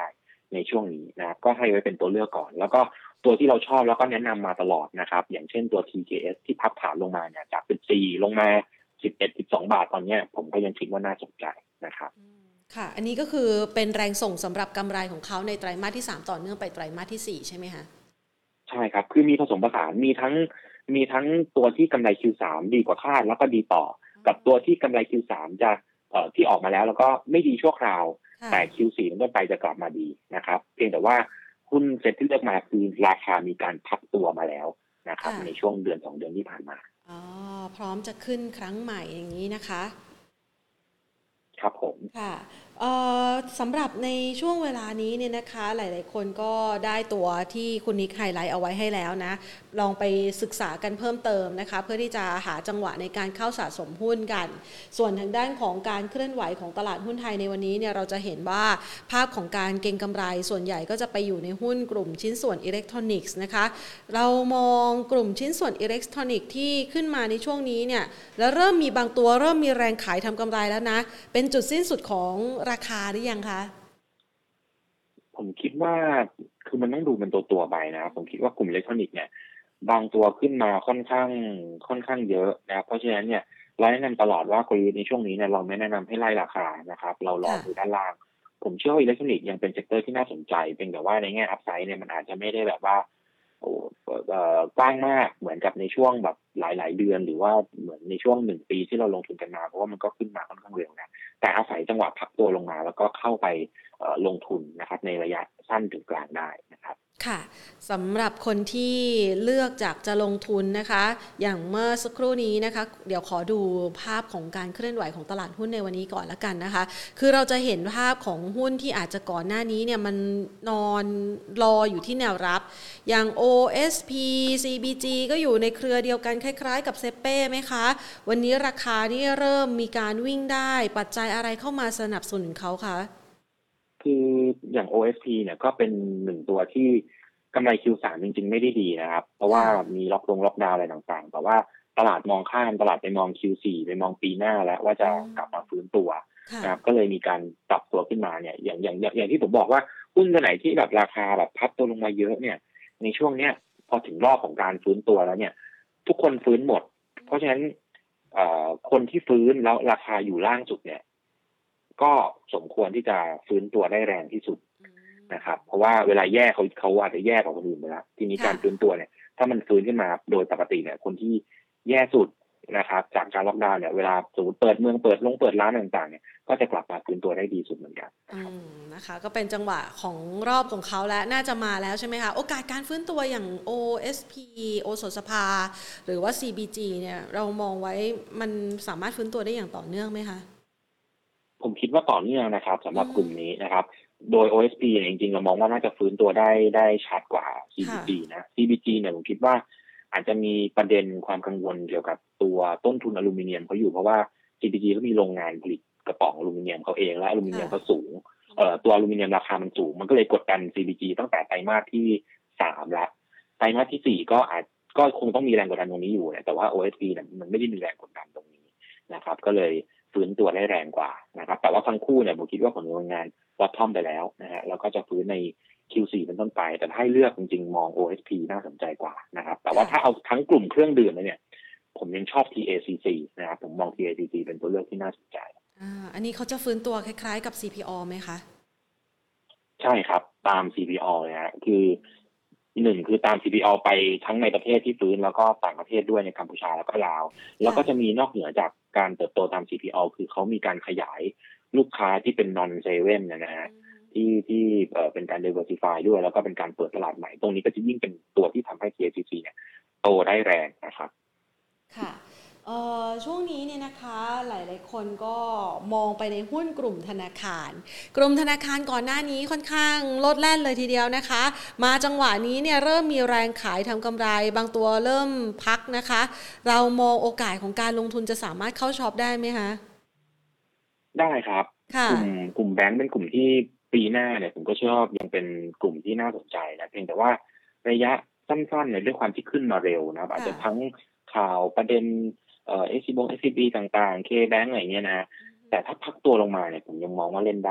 ในช่วงนี้นะครับก็ให้ไว้เป็นตัวเลือกก่อนแล้วก็ตัวที่เราชอบแล้วก็แนะนำมาตลอดนะครับอย่างเช่นตัว TKS ที่พับฐานลงมาเนี่ยจาก14ลงมา11-12 บาทตอนนี้ผมก็ยังคิดว่าน่าสนใจนะครับค่ะอันนี้ก็คือเป็นแรงส่งสำหรับกำไรของเขาในไตรมาสที่3ต่อเนื่องไปไตรมาสที่4ใช่ไหมคะใช่ครับคือมีผสมผสานมีทั้งตัวที่กำไร Q3 ดีกว่าคาดแล้วก็ดีต่อกับตัวที่กำไร Q3 จะที่ออกมาแล้วก็ไม่ดีชั่วคราวแต่ Q4 มันก็ไปจะกลับมาดีนะครับเพียงแต่ว่าหุ้นเซ็ตที่เลือกมาคือราคามีการพักตัวมาแล้วนะครับในช่วงเดือน2เดือนที่ผ่านมาพร้อมจะขึ้นครั้งใหม่อย่างนี้นะคะครับผมค่ะสำหรับในช่วงเวลานี้เนี่ยนะคะหลายๆคนก็ได้ตัวที่คุณนิกไฮไลท์เอาไว้ให้แล้วนะลองไปศึกษากันเพิ่มเติมนะคะเพื่อที่จะหาจังหวะในการเข้าสะสมหุ้นกันส่วนทางด้านของการเคลื่อนไหวของตลาดหุ้นไทยในวันนี้เนี่ยเราจะเห็นว่าภาพของการเก็งกำไรส่วนใหญ่ก็จะไปอยู่ในหุ้นกลุ่มชิ้นส่วนอิเล็กทรอนิกส์นะคะเรามองกลุ่มชิ้นส่วนอิเล็กทรอนิกส์ที่ขึ้นมาในช่วงนี้เนี่ยแล้วเริ่มมีบางตัวเริ่มมีแรงขายทำกำไรแล้วนะเป็นจุดสิ้นสุดของราคาหรือยังคะผมคิดว่าคือมันต้องดูเป็นตัวไปนะผมคิดว่ากลุ่มอิเล็กทรอนิกส์เนี่ยบางตัวขึ้นมาค่อนข้างเยอะนะเพราะฉะนั้นเนี่ยเราแนะนำตลอดว่ากลยุทธ์ในช่วงนี้เนี่ยเราไม่แนะนำให้ไล่ราคานะครับเรารอดูด้านล่างผมเชื่อว่าอิเล็กทรอนิกส์ยังเป็นเซกเตอร์ที่น่าสนใจเป็นแต่ว่าในแง่อัพไซด์เนี่ยมันอาจจะไม่ได้แบบว่า โอ้กว้างมากเหมือนกับในช่วงแบบหลายๆเดือนหรือว่าเหมือนในช่วง1 ปีที่เราลงทุนกันมาเพราะว่ามันก็ขึ้นมาค่อนข้างเร็วนะแต่อาศัยจังหวะพักตัวลงมาแล้วก็เข้าไปลงทุนนะครับในระยะสั้นถึงกลางได้นะครับค่ะสำหรับคนที่เลือกจากจะลงทุนนะคะอย่างเมื่อสักครู่นี้นะคะเดี๋ยวขอดูภาพของการเคลื่อนไหวของตลาดหุ้นในวันนี้ก่อนละกันนะคะคือเราจะเห็นภาพของหุ้นที่อาจจะก่อนหน้านี้เนี่ยมันนอนรออยู่ที่แนวรับอย่าง OSP CBG ก็อยู่ในเครือเดียวกันคล้ายๆกับเซเป้ไหมคะวันนี้ราคานี่เริ่มมีการวิ่งได้ปัจจัยอะไรเข้ามาสนับสนุนเขาคะคืออย่าง OSP เนี่ยก็เป็นหนึ่งตัวที่กำไร Q3 จริงๆไม่ได้ดีนะครับเพราะว่ามีล็อกดาวน์อะไรต่างๆแต่ว่าตลาดมองข้ามตลาดไปมอง Q4 ไปมองปีหน้าแล้วว่าจะกลับมาฟื้นตัวนะครับก็เลยมีการปรับตัวขึ้นมาเนี่ยอย่างที่ผมบอกว่าหุ้นตัวไหนที่แบบราคาแบบพับตัวลงมาเยอะเนี่ยในช่วงเนี้ยพอถึงรอบของการฟื้นตัวแล้วเนี่ยทุกคนฟื้นหมดเพราะฉะนั้นคนที่ฟื้นแล้วราคาอยู่ล่างสุดเนี่ยก็สมควรที่จะฟื้นตัวได้แรงที่สุดนะครับเพราะว่าเวลาแย่เขาอาจจะแย่กว่าคนอื่นไปแล้วทีนี้การฟื้นตัวเนี่ยถ้ามันฟื้นขึ้นมาโดยปกติเนี่ยคนที่แย่สุดนะครับจากการล็อกดาวน์เนี่ยเวลาสมมติเปิดเมืองเปิดร้านต่างๆเนี่ยก็จะกลับมาฟื้นตัวได้ดีสุดเหมือนกันนะคะก็เป็นจังหวะของรอบของเขาแล้วน่าจะมาแล้วใช่ไหมคะโอกาสการฟื้นตัวอย่าง OSP โอสถสภาหรือว่า CBG เนี่ยเรามองไว้มันสามารถฟื้นตัวได้อย่างต่อเนื่องไหมคะผมคิดว่าต่อเนื่องนะครับสำหรับกลุ่มนี้นะครับโดย OSP เนี่ยจริงๆเรามองว่าน่าจะฟื้นตัวได้ชัดกว่า CBG นะ CBG เนี่ยผมคิดว่าอาจจะมีประเด็นความกังวลเกี่ยวกับตัวต้นทุนอลูมิเนียมเขาอยู่เพราะว่า CBG ก็มีโรงงานผลิตกระป๋องอลูมิเนียมเขาเองและอลูมิเนียมก็สูงตัวอลูมิเนียมราคามันสูงมันก็เลยกดดัน CBG ตั้งแต่ไตรมาสที่3แล้วไตรมาสที่4ก็คงต้องมีแรงกดดันตรงนี้อยู่นะแต่ว่า OSP เนี่ยมันไม่ได้มีแรงกดดันตรงนี้นะครับก็เลยฟื้นตัวได้แรงกว่านะครับแต่ว่าทั้งคู่เนี่ยผมคิดว่าผลงานบอททอมไปแล้วนะฮะแล้วก็จะฟื้นใน Q4 เป็นต้นไปแต่ถ้าให้เลือกจริงๆมอง OSP น่าสนใจกว่านะครับแต่ว่าถ้าเอาทั้งกลุ่มเครื่องดื่มเนี่ยผมยังชอบ TACC นะครับผมมอง TACC เป็นตัวเลือกที่น่าสนใจอันนี้เขาจะฟื้นตัวคล้ายๆกับ CPO ไหมคะใช่ครับตาม CPO นะฮะคือคือตาม CPO ไปทั้งในประเทศที่ฟื้นแล้วก็ต่างประเทศด้วยในกัมพูชาแล้วก็ลาวแล้วก็จะมีนอกเหนือจากการเติบโตตาม CPO คือเขามีการขยายลูกค้าที่เป็น non seven นะฮะที่เป็นการ diversify ด้วยแล้วก็เป็นการเปิดตลาดใหม่ตรงนี้ก็จะยิ่งเป็นตัวที่ทำให้ TACC เนี่ยโตได้แรงนะครับค่ะช่วงนี้เนี่ยนะคะหลายๆคนก็มองไปในหุ้นกลุ่มธนาคารก่อนหน้านี้ค่อนข้างโลดแล่นเลยทีเดียวนะคะมาจังหวะนี้เนี่ยเริ่มมีแรงขายทำกำไรบางตัวเริ่มพักนะคะเรามองโอกาสของการลงทุนจะสามารถเข้าช็อปได้ไหมคะได้ครับกลุ่มแบงก์เป็นกลุ่มที่ปีหน้าเนี่ยผมก็เชื่อว่ายังเป็นกลุ่มที่น่าสนใจนะเพียงแต่ว่าระยะสั้นๆเนี่ยด้วยความที่ขึ้นมาเร็วนะอาจจะทั้งข่าวประเด็นSCB ต่างๆ KBank อะไรเงี้ยนะแต่ถ้าพักตัวลงมาเนี่ยผมยังมองว่าเล่นได้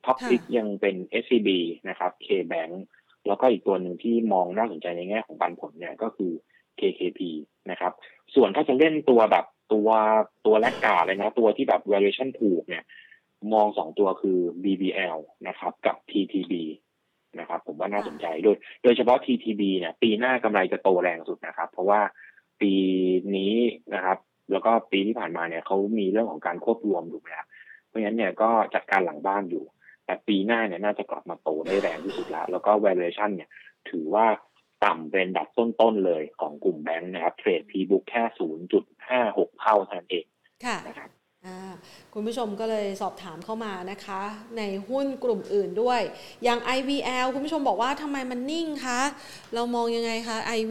ท็อปพิกยังเป็น SCB นะครับ KBank แล้วก็อีกตัวหนึ่งที่มองน่าสนใจในแง่ของปันผลเนี่ยก็คือ KKP นะครับส่วนถ้าจะเล่นตัวแบบตัวแรกกาเลยนะตัวที่แบบ valuation ถูกเนี่ยมอง2ตัวคือ BBL นะครับกับ TTB นะครับผมว่าน่าสนใจโดยเฉพาะ TTB เนี่ยปีหน้ากำไรจะโตแรงสุดนะครับเพราะว่าปีนี้นะครับแล้วก็ปีที่ผ่านมาเนี่ยเขามีเรื่องของการควบรวมถูกไหมครับเพราะฉะนั้นเนี่ยก็จัดการหลังบ้านอยู่แต่ปีหน้าเนี่ยน่าจะกลับมาโตได้แรงที่สุดแล้วก็ valuation เนี่ยถือว่าต่ำเป็นดับต้นๆเลยของกลุ่มแบงค์นะครับเทรด P/book แค่ 0.56 เท่าเท่านั้นเองนะครับคุณผู้ชมก็เลยสอบถามเข้ามานะคะในหุ้นกลุ่มอื่นด้วยอย่าง IVL คุณผู้ชมบอกว่าทำไมมันนิ่งคะเรามองยังไงคะ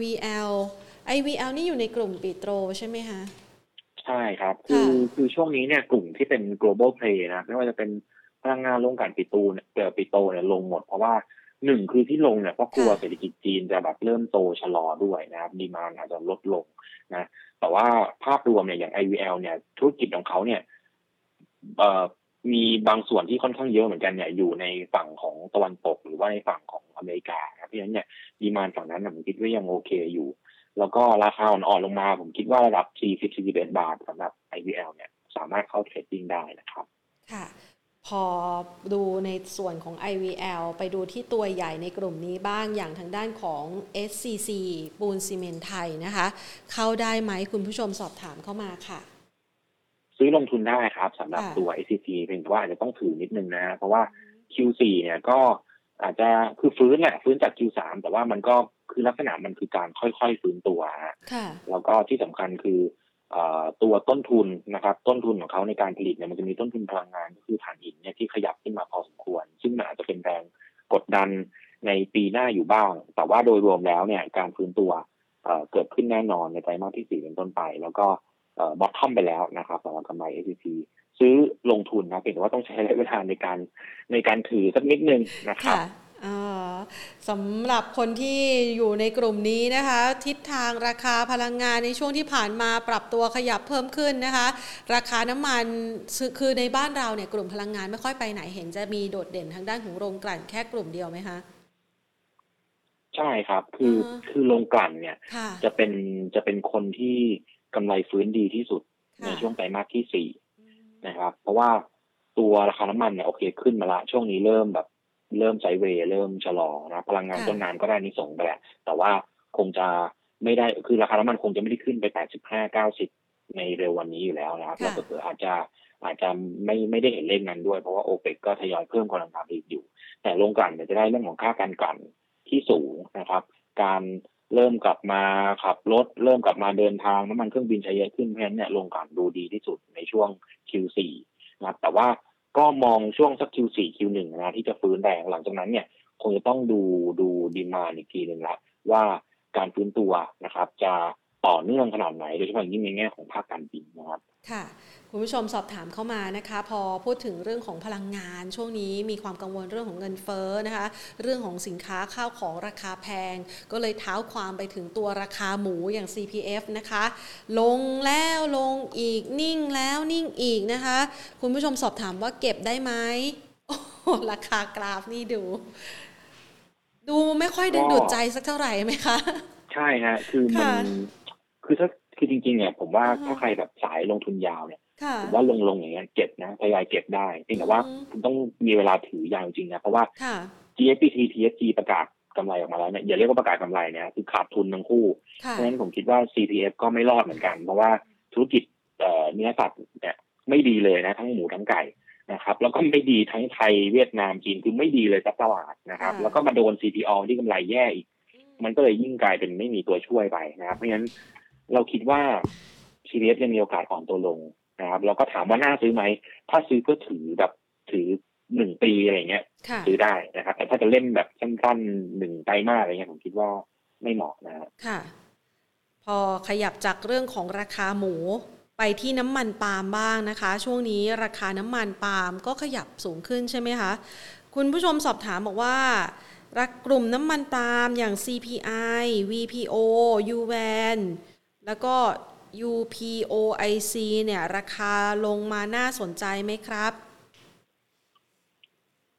IVL นี่อยู่ในกลุ่มปิโตรใช่ไหมคะใช่ครับคือช่วงนี้เนี่ยกลุ่มที่เป็น global play นะไม่ว่าจะเป็นพลังงานโรงกลั่นปิโตรเนี่ยลงหมดเพราะว่าหนึ่งคือที่ลงเนี่ยเพราะกลัวเศรษฐกิจจีนจะแบบเริ่มโตชะลอด้วยนะครับดีมานด์อาจจะลดลงนะแต่ว่าภาพรวมเนี่ยอย่าง IVL เนี่ยธุรกิจของเขาเนี่ยมีบางส่วนที่ค่อนข้างเยอะเหมือนกันเนี่ยอยู่ในฝั่งของตะวันตกหรือว่าในฝั่งของอเมริกาเพราะฉะนั้นเนี่ยดีมานด์ฝั่งนั้นผมคิดว่ายังโอเคอยู่แล้วก็ราคาอ่อนๆลงมาผมคิดว่าระดับ 40-41 บาทสำหรับ IVL เนี่ยสามารถเข้าเทรดดิ้งได้นะครับค่ะพอดูในส่วนของ IVL ไปดูที่ตัวใหญ่ในกลุ่มนี้บ้างอย่างทางด้านของ SCC ปูนซีเมนต์ไทยนะคะเข้าได้ไหมคุณผู้ชมสอบถามเข้ามาค่ะซื้อลงทุนได้ครับสำหรับตัว SCC เพียงแต่ว่าอาจจะต้องถือนิดนึงนะเพราะว่า Q4 เนี่ยก็อาจจะคือฟื้นจาก Q3 แต่ว่ามันก็คือลักษณะมันคือการค่อยๆฟื้นตัวแล้วก็ที่สำคัญคือตัวต้นทุนนะครับต้นทุนของเขาในการผลิตเนี่ยมันจะมีต้นทุนพลังงานก็คือถ่านหินเนี่ยที่ขยับขึ้นมาพอสมควรซึ่งมันอาจจะเป็นแรงกดดันในปีหน้าอยู่บ้างแต่ว่าโดยรวมแล้วเนี่ยการฟื้นตัวเกิดขึ้นแน่นอนในไตรมาสที่4เป็นต้นไปแล้วก็บอททอมไปแล้วนะครับสำหรับกำไร SCC ซื้อลงทุนนะเพียงแต่ว่าต้องใช้ระยะเวลาในการถือสักนิดนึงนะครับสำหรับคนที่อยู่ในกลุ่มนี้นะคะทิศทางราคาพลังงานในช่วงที่ผ่านมาปรับตัวขยับเพิ่มขึ้นนะคะราคาน้ำมันคือในบ้านเราเนี่ยกลุ่มพลังงานไม่ค่อยไปไหนเห็นจะมีโดดเด่นทางด้านของโรงกลั่นแค่กลุ่มเดียวไหมคะใช่ครับคือโรงกลั่นเนี่ยจะเป็นคนที่กำไรฟื้นดีที่สุดในช่วงไตรมาสที่4นะครับเพราะว่าตัวราคาน้ำมันเนี่ยโอเคขึ้นมาละช่วงนี้เริ่มไซด์เวย์เริ่มชะลอนะพลังงานต้นน้ำก็ได้นิสงไปแหละแต่ว่าคงจะไม่ได้คือราคาน้ำมันคงจะไม่ได้ขึ้นไป85-90ในเร็ววันนี้อยู่แล้วนะครับแล้วก็อาจจะไม่ได้เห็นเลขนั้นด้วยเพราะว่าโอเปกก็ทยอยเพิ่มกำลังการผลิตอยู่แต่โรงกลั่นเนี่ยจะได้เรื่องของค่าการกลั่นที่สูงนะครับการเริ่มกลับมาขับรถเริ่มกลับมาเดินทางน้ำมันเครื่องบินใช้เยอะขึ้นเพราะฉะนั้นเนี่ยโรงกลั่นดูดีที่สุดในช่วง Q4 นะครับแต่ว่าก็มองช่วงสัก Q4 Q1 นะที่จะฟื้นแรงหลังจากนั้นเนี่ยคงจะต้องดูดีมานด์อีกทีนึงละว่าการฟื้นตัวนะครับจะต่อเนื่องขนาดไหนโดยเฉพาะอย่างยิ่งในแง่ของภาคการบินนะครับค่ะคุณผู้ชมสอบถามเข้ามานะคะพอพูดถึงเรื่องของพลังงานช่วงนี้มีความกังวลเรื่องของเงินเฟ้อนะคะเรื่องของสินค้าข้าวของราคาแพงก็เลยเท้าความไปถึงตัวราคาหมูอย่าง CPF นะคะลงแล้วลงอีกนิ่งแล้วนิ่งอีกนะคะคุณผู้ชมสอบถามว่าเก็บได้ไหมราคากราฟนี่ดูไม่ค่อยดึงดูดใจสักเท่าไหร่ไหมคะใช่ฮะคือมันคือจริงๆเนี่ยผมว่าถ้าใครแบบสายลงทุนยาวเนี่ยผมว่าลงอย่างเงี้ยเก็บนะทยอยเก็บได้เพียงแต่ว่าคุณต้องมีเวลาถือยาวจริงนะเพราะว่า GFPT TSG ประกาศกำไรออกมาแล้วเนี่ยอย่าเรียกว่าประกาศกำไรเนี่ยคือขาดทุนทั้งคู่เพราะฉะนั้นผมคิดว่า CPF ก็ไม่รอดเหมือนกันเพราะว่าธุรกิจเนื้อสัตว์เนี่ยไม่ดีเลยนะทั้งหมูทั้งไก่นะครับแล้วก็ไม่ดีทั้งไทยเวียดนามจีนคือไม่ดีเลยสักตลาดนะครับแล้วก็มาโดน CPO ที่กำไรแย่อีกมันก็เลยยิ่งกลายเป็นไม่มีตัวช่วยไปนะครับเพราะฉะนั้นเราคิดว่า CPF ยังมีโอกาสอ่อนตัวลงนะครับเราก็ถามว่าน่าซื้อไหมถ้าซื้อเพื่อถือ1 ปีอะไรเงี้ยซื้อได้นะครับแต่ถ้าจะเล่นแบบสั้นๆ1 ไตรมาสอะไรเงี้ยผมคิดว่าไม่เหมาะนะค่ะพอขยับจากเรื่องของราคาหมูไปที่น้ำมันปาล์มบ้างนะคะช่วงนี้ราคาน้ำมันปาล์มก็ขยับสูงขึ้นใช่ไหมคะคุณผู้ชมสอบถามบอกว่ากลุ่มน้ำมันปาล์มอย่าง CPI VPO UVAN แล้วก็ UPOIC เนี่ยราคาลงมาน่าสนใจไหมครับ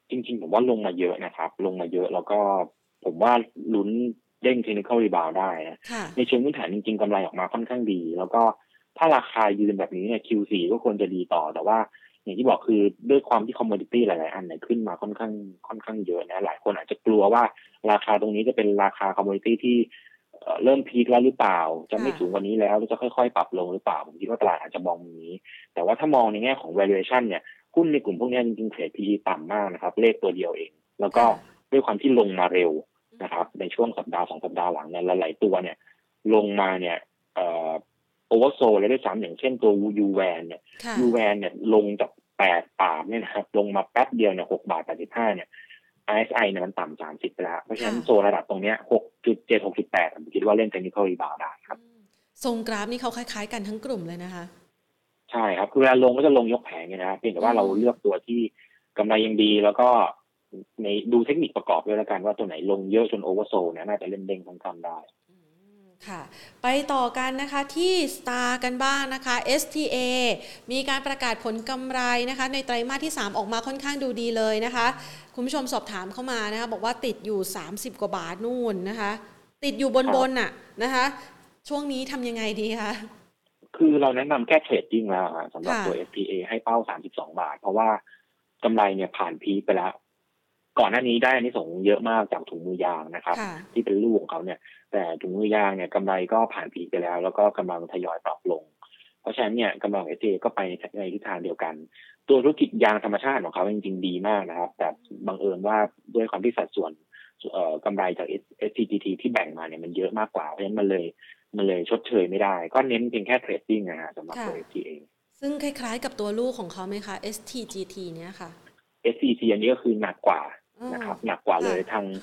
จริงๆผมว่าลงมาเยอะนะครับลงมาเยอะแล้วก็ผมว่าลุ้นเด้ง technical rebound ได้นะในเชิงพื้นฐานจริงๆกำไรออกมาค่อนข้างดีแล้วก็ถ้าราคายืนแบบนี้เนี่ย Q4 ก็ควรจะดีต่อแต่ว่าอย่างที่บอกคือด้วยความที่ commodity หลายๆอันเนี่ยขึ้นมาค่อนข้างเยอะนะหลายคนอาจจะกลัวว่าราคาตรงนี้จะเป็นราคา commodity ที่เริ่มพีคแล้วหรือเปล่าจะไม่สูงกว่านี้แล้วจะค่อยๆปรับลงหรือเปล่าผมคิดว่าตลาดอาจจะมองอย่างนี้แต่ว่าถ้ามองในแง่ของ valuation เนี่ยหุ้นในกลุ่มพวกนี้จริงๆเทรด PE ต่ำมากนะครับเลขตัวเดียวเองแล้วก็ด้วยความที่ลงมาเร็วนะครับในช่วงสัปดาห์2 สัปดาห์หลังเนี่ยหลายๆตัวเนี่ยลงมาเนี่ยโอเวอร์โซลเลยด้วยซ้ำอย่างเช่นตัวยูแวนเนี่ยลงจาก8 บาทเนี่ยนะครับลงมาแป๊บเดียวเนี่ย6.85 เนี่ย RSI เนี่ยมันต่ำ30ไปแล้วเพราะฉะนั้นโซนระดับตรงเนี้ย6.7 6.8ผมคิดว่าเล่น technical rebound ได้ครับทรงกราฟนี่เขาคล้ายๆกันทั้งกลุ่มเลยนะคะใช่ครับคือเวลาลงก็จะลงยกแผงนะครับเพียงแต่ว่าเราเลือกตัวที่กำไรยังดีแล้วก็ในดูเทคนิคประกอบด้วยแล้วกันว่าตัวไหนลงเยอะจนโอเวอร์โซลเนี่ยน่าจะเล่นเด้งค่อนข้างได้ค่ะไปต่อกันนะคะที่ Star กันบ้างนะคะ STA มีการประกาศผลกำไรนะคะในไตรมาสที่3ออกมาค่อนข้างดูดีเลยนะคะคุณผู้ชมสอบถามเข้ามานะคะบอกว่าติดอยู่30 กว่าบาทนู่นนะคะติดอยู่บนน่ะนะคะช่วงนี้ทำยังไงดีคะคือเราแนะนำแค่เทรดดิ้งแล้วสำหรับตัว STA ให้เป้า32 บาทเพราะว่ากำไรเนี่ยผ่านพีคไปแล้วก่อนหน้านี้ได้อานิสงส์เยอะมากจากถุงมือยางนะครับที่เป็นลูกของเขาเนี่ยแต่ถุงมือยางเนี่ยกำไรก็ผ่านพีคไปแล้วแล้วก็กำลังทยอยปรับลงเพราะฉะนั้นเนี่ยกำลัง STA ก็ไปในทิศทางเดียวกันตัวธุรกิจยางธรรมชาติของเขาจริงๆดีมากนะครับแต่บังเอิญว่าด้วยความที่สัดส่วนกำไรจาก SCGT ที่แบ่งมาเนี่ยมันเยอะมากกว่าเพราะฉะนั้นมันเลยชดเชยไม่ได้ก็เน้นเพียงแค่เทรดดิ้งนะฮะสำหรับตัว STA ซึ่งคล้ายๆกับตัวลูกของเขาไหมคะ STGT เนี่ยค่ะ SCT อันนี้ก็คือหนักกว่านะครับหนักกว่าเลยทาง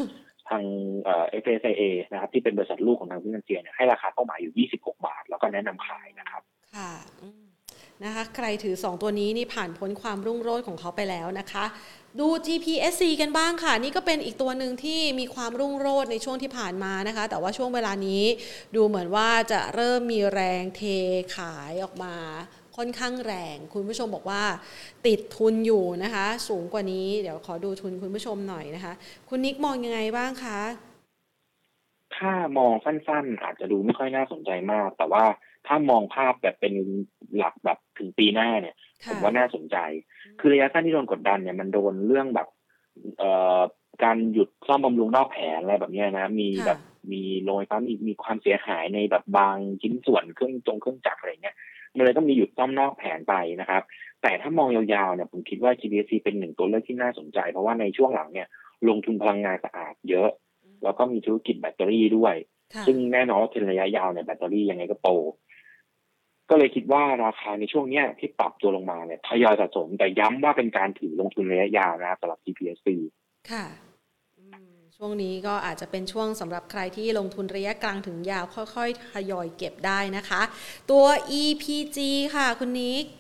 FSIA นะครับที่เป็นบริษัทลูกของทางฟินแลนเซียเนี่ยให้ราคาเป้าหมายอยู่26 บาทแล้วก็แนะนำขายนะครับค่ะนะคะใครถือ2ตัวนี้นี่ผ่านพ้นความรุ่งโรจน์ของเขาไปแล้วนะคะดู GPSC กันบ้างค่ะนี่ก็เป็นอีกตัวหนึ่งที่มีความรุ่งโรจน์ในช่วงที่ผ่านมานะคะแต่ว่าช่วงเวลานี้ดูเหมือนว่าจะเริ่มมีแรงเทขายออกมาค่อนข้างแรงคุณผู้ชมบอกว่าติดทุนอยู่นะคะสูงกว่านี้เดี๋ยวขอดูทุนคุณผู้ชมหน่อยนะคะคุณนิกมองยังไงบ้างคะถ้ามองสั้นๆอาจจะดูไม่ค่อยน่าสนใจมากแต่ว่าถ้ามองภาพแบบเป็นหลักแบบถึงปีหน้าเนี่ยผมว่าน่าสนใจคือระยะสั้นที่โดนกดดันเนี่ยมันโดนเรื่องแบบการหยุดซ่อมบำรุงนอกแผนอะไรแบบนี้นะมีโรงไฟฟ้ามีความเสียหายในแบบบางชิ้นส่วนเครื่องจักรอะไรเงี้ยมันเลยต้องมีหยุดซ่อมนอกแผนไปนะครับแต่ถ้ามองยาวๆเนี่ยผมคิดว่า GPSC เป็นหนึ่งตัวเลือกที่น่าสนใจเพราะว่าในช่วงหลังเนี่ยลงทุนพลังงานสะอาดเยอะแล้วก็มีธุรกิจแบตเตอรี่ด้วยซึ่งแน่นอนว่าเป็นระยะยาวเนี่ยแบตเตอรี่ยังไงก็โตก็เลยคิดว่าราคาในช่วงนี้ที่ปรับตัวลงมาเนี่ยทยอยสะสมแต่ย้ำว่าเป็นการถือลงทุนระยะยาวนะสำหรับ GPSC ค่ะช่วงนี้ก็อาจจะเป็นช่วงสำหรับใครที่ลงทุนระยะกลางถึงยาวค่อยๆทยอยเก็บได้นะคะตัว EPG ค่ะคุณนิก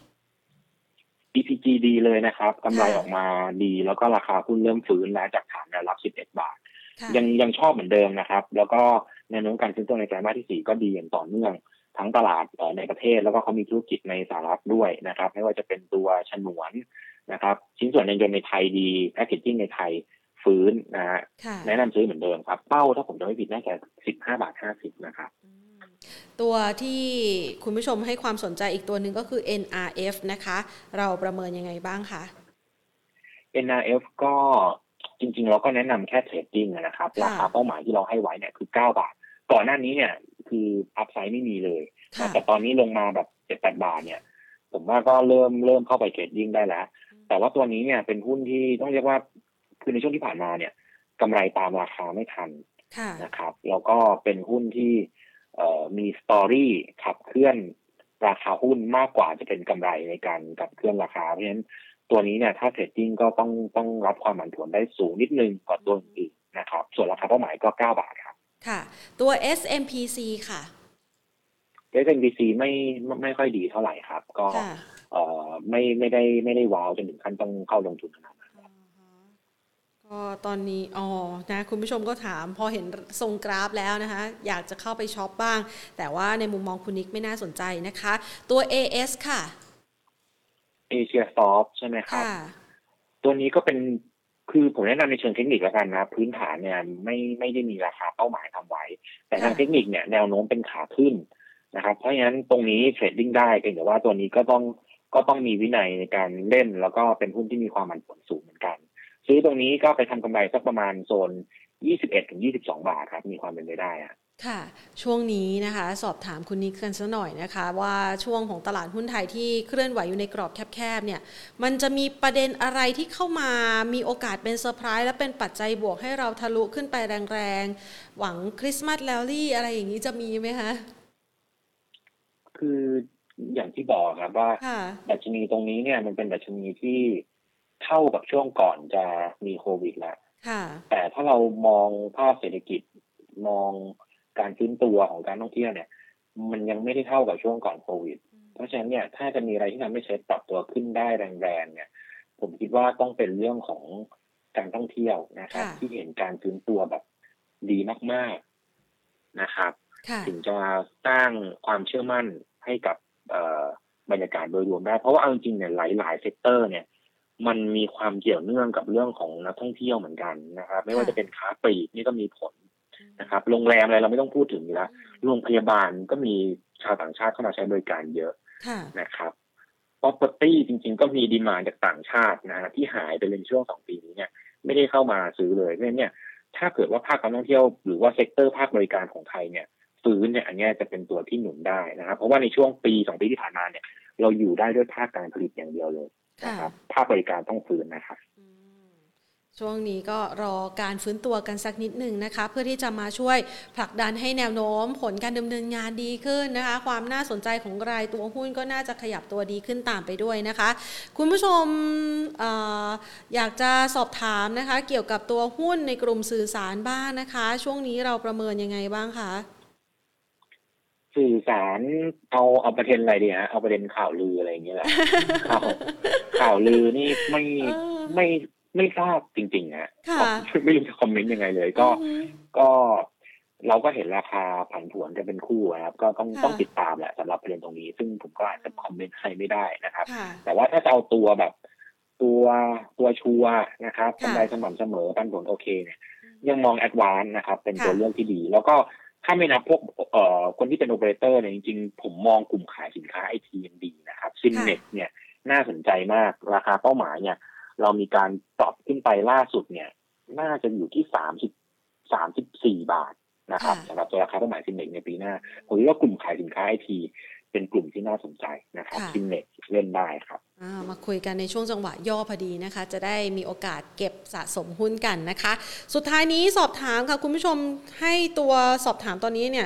EPG ดีเลยนะครับกำไรออกมาดีแล้วก็ราคาหุ้นเริ่มฟื้นแล้วจากฐานแนวรับ11 บาทยังชอบเหมือนเดิมนะครับแล้วก็แนวโน้มการซื้อตัวในไตรมาสที่4ก็ดีอย่างต่อเนื่องทั้งตลาดในประเทศแล้วก็เขามีธุรกิจในสหรัฐด้วยนะครับไม่ว่าจะเป็นตัวฉนวนนะครับชิ้นส่วนยานยนต์ในไทยดีแพคเกจจิ้งในไทยฟื้นนะฮะแนะนำซื้อเหมือนเดิมครับเป้าถ้าผมจำไม่ผิดน่าจะ15.50 นะครับตัวที่คุณผู้ชมให้ความสนใจอีกตัวหนึ่งก็คือ NRF นะคะเราประเมินยังไงบ้างคะ NRF ก็จริงๆเราก็แนะนำแค่เทรดดิ้งนะครับราคาเป้าหมายที่เราให้ไว้เนี่ยคือ9 บาทก่อนหน้านี้เนี่ยคืออัพไซด์ไม่มีเลยแต่ตอนนี้ลงมาแบบ7-8 บาทเนี่ยผมว่าก็เริ่มเข้าไปเทรดดิ้งได้แล้วแต่ว่าตัวนี้เนี่ยเป็นหุ้นที่ต้องเรียกว่าคือในช่วงที่ผ่านมาเนี่ยกำไรตามราคาไม่ทันนะครับแล้วก็เป็นหุ้นที่มีสตอรี่ขับเคลื่อนราคาหุ้นมากกว่าจะเป็นกำไรในการขับเคลื่อนราคาเพราะฉะนั้นตัวนี้เนี่ยถ้าเทรดดิ้งก็ต้องรับความผันผวนได้สูงนิดนึงกว่าตัวอื่นนะครับส่วนราคาเป้าหมายก็9 บาทครับค่ะตัว SMPC ค่ะ SMPC ไม่ค่อยดีเท่าไหร่ครับก็ไม่ได้ว้าวจนถึงขั้นต้องเข้าลงทุนขนาดนั้นก็ตอนนี้นะคุณผู้ชมก็ถามพอเห็นทรงกราฟแล้วนะคะอยากจะเข้าไปช็อปบ้างแต่ว่าในมุมมองคุณนิกไม่น่าสนใจนะคะตัว AS ค่ะ Asia Soft ใช่ไหมครับตัวนี้ก็เป็นคือผมแนะนำในเชิงเทคนิคแล้วกันนะพื้นฐานเนี่ยไม่ได้มีราคาเป้าหมายทำไว้แต่ทางเทคนิคเนี่ยแนวโน้มเป็นขาขึ้นนะครับเพราะฉะนั้นตรงนี้เทรดดิ้งได้เพียงแต่ว่าตัวนี้ก็ต้องมีวินัยในการเล่นแล้วก็เป็นหุ้นที่มีความผันผวนสูงเหมือนกันซื้อตรงนี้ก็ไปทำกำไรสักประมาณโซน21-22 บาทครับมีความเป็นไปได้ค่ะช่วงนี้นะคะสอบถามคุณนิกกันสักหน่อยนะคะว่าช่วงของตลาดหุ้นไทยที่เคลื่อนไหวอยู่ในกรอบแคบๆเนี่ยมันจะมีประเด็นอะไรที่เข้ามามีโอกาสเป็นเซอร์ไพรส์และเป็นปัจจัยบวกให้เราทะลุขึ้นไปแรงๆหวังคริสต์มาสแรลลี่อะไรอย่างนี้จะมีไหมคะคืออย่างที่บอกครับว่าดัชนีตรงนี้เนี่ยมันเป็นดัชนีที่เท่ากับช่วงก่อนจะมีโควิดแล้วแต่ถ้าเรามองภาพเศรษฐกิจมองการฟื้นตัวของการท่องเที่ยวเนี่ยมันยังไม่ได้เท่ากับช่วงก่อนโควิดเพราะฉะนั้นเนี่ยถ้าจะมีอะไรที่ทำให้เซ็ตปรับตัวขึ้นได้แรงๆเนี่ยผมคิดว่าต้องเป็นเรื่องของการท่องเที่ยวนะครับที่เห็นการฟื้นตัวแบบดีมากๆนะครับถึงจะสร้างความเชื่อมั่นให้กับบรรยากาศโดยรวมได้เพราะว่าเอาจริงๆเนี่ยหลายๆเซกเตอร์เนี่ยมันมีความเกี่ยวเนื่องกับเรื่องของนักท่องเที่ยวเหมือนกันนะครับไม่ว่าจะเป็นค้าปลีกนี่ก็มีผลนะครับโรงแรมอะไรเราไม่ต้องพูดถึงอยู่แล้วโรงพยาบาลก็มีชาวต่างชาติเข้ามาใช้บริการเยอะนะครับ property จริงๆก็มีดีมานด์จากต่างชาตินะที่หายไปในช่วง2 ปีนี้เนี่ยไม่ได้เข้ามาซื้อเลยเพราะฉะนั้นเนี่ยถ้าเกิดว่าภาคการท่องเที่ยวหรือว่าเซกเตอร์ภาคบริการของไทยเนี่ยฟื้นเนี่ยอันนี้จะเป็นตัวที่หนุนได้นะครับเพราะว่าในช่วงปี2 ปีที่ผ่านมาเนี่ยเราอยู่ได้ด้วยภาคการผลิตอย่างเดียวเลยนะครับภาคบริการต้องฟื้นนะครับช่วงนี้ก็รอการฟื้นตัวกันสักนิดหนึ่งนะคะเพื่อที่จะมาช่วยผลักดันให้แนวโน้มผลการดำเนินงานดีขึ้นนะคะความน่าสนใจของรายตัวหุ้นก็น่าจะขยับตัวดีขึ้นตามไปด้วยนะคะคุณผู้ชม อยากจะสอบถามนะคะเกี่ยวกับตัวหุ้นในกลุ่มสื่อสารบ้างนะคะช่วงนี้เราประเมินยังไงบ้างคะสื่อสารเอาประเด็นอะไรดีฮะเอาประเด็นข่าวลืออะไรอย่างเงี้ยแหละข่าวลือนี่ไม่ทราบจริงๆฮะไม่รู้จะคอมเมนต์ยังไงเลยก็เราก็เห็นราคาผันผวนกันเป็นคู่ครับก็ต้องติดตามแหละสำหรับประเด็นตรงนี้ซึ่งผมก็อาจจะคอมเมนต์ให้ไม่ได้นะครับแต่ว่าถ้าจะเอาตัวแบบตัวชัวนะครับกำไรสม่ำเสมอปันผลโอเคเนี่ยยังมองแอดวานซ์นะครับเป็นตัวเลือกที่ดีแล้วก็ถ้าไม่นับพวกคนที่เป็นโอเปอเรเตอร์เนี่ยจริงๆผมมองกลุ่มขายสินค้าไอทียังดีนะครับซินเน็ตเนี่ยน่าสนใจมากราคาเป้าหมายเนี่ยเรามีการปรับขึ้นไปล่าสุดเนี่ยน่าจะอยู่ที่34 บาทนะครับสำหรับตัวราคาเป้าหมายซินเน็ตในปีหน้าผมคิดว่ากลุ่มขายสินค้าไอทีเป็นกลุ่มที่น่าสนใจนะครับซินเน็ตเล่นได้ครับมาคุยกันในช่วงจังหวะย่อพอดีนะคะจะได้มีโอกาสเก็บสะสมหุ้นกันนะคะสุดท้ายนี้สอบถามค่ะคุณผู้ชมให้ตัวสอบถามตอนนี้เนี่ย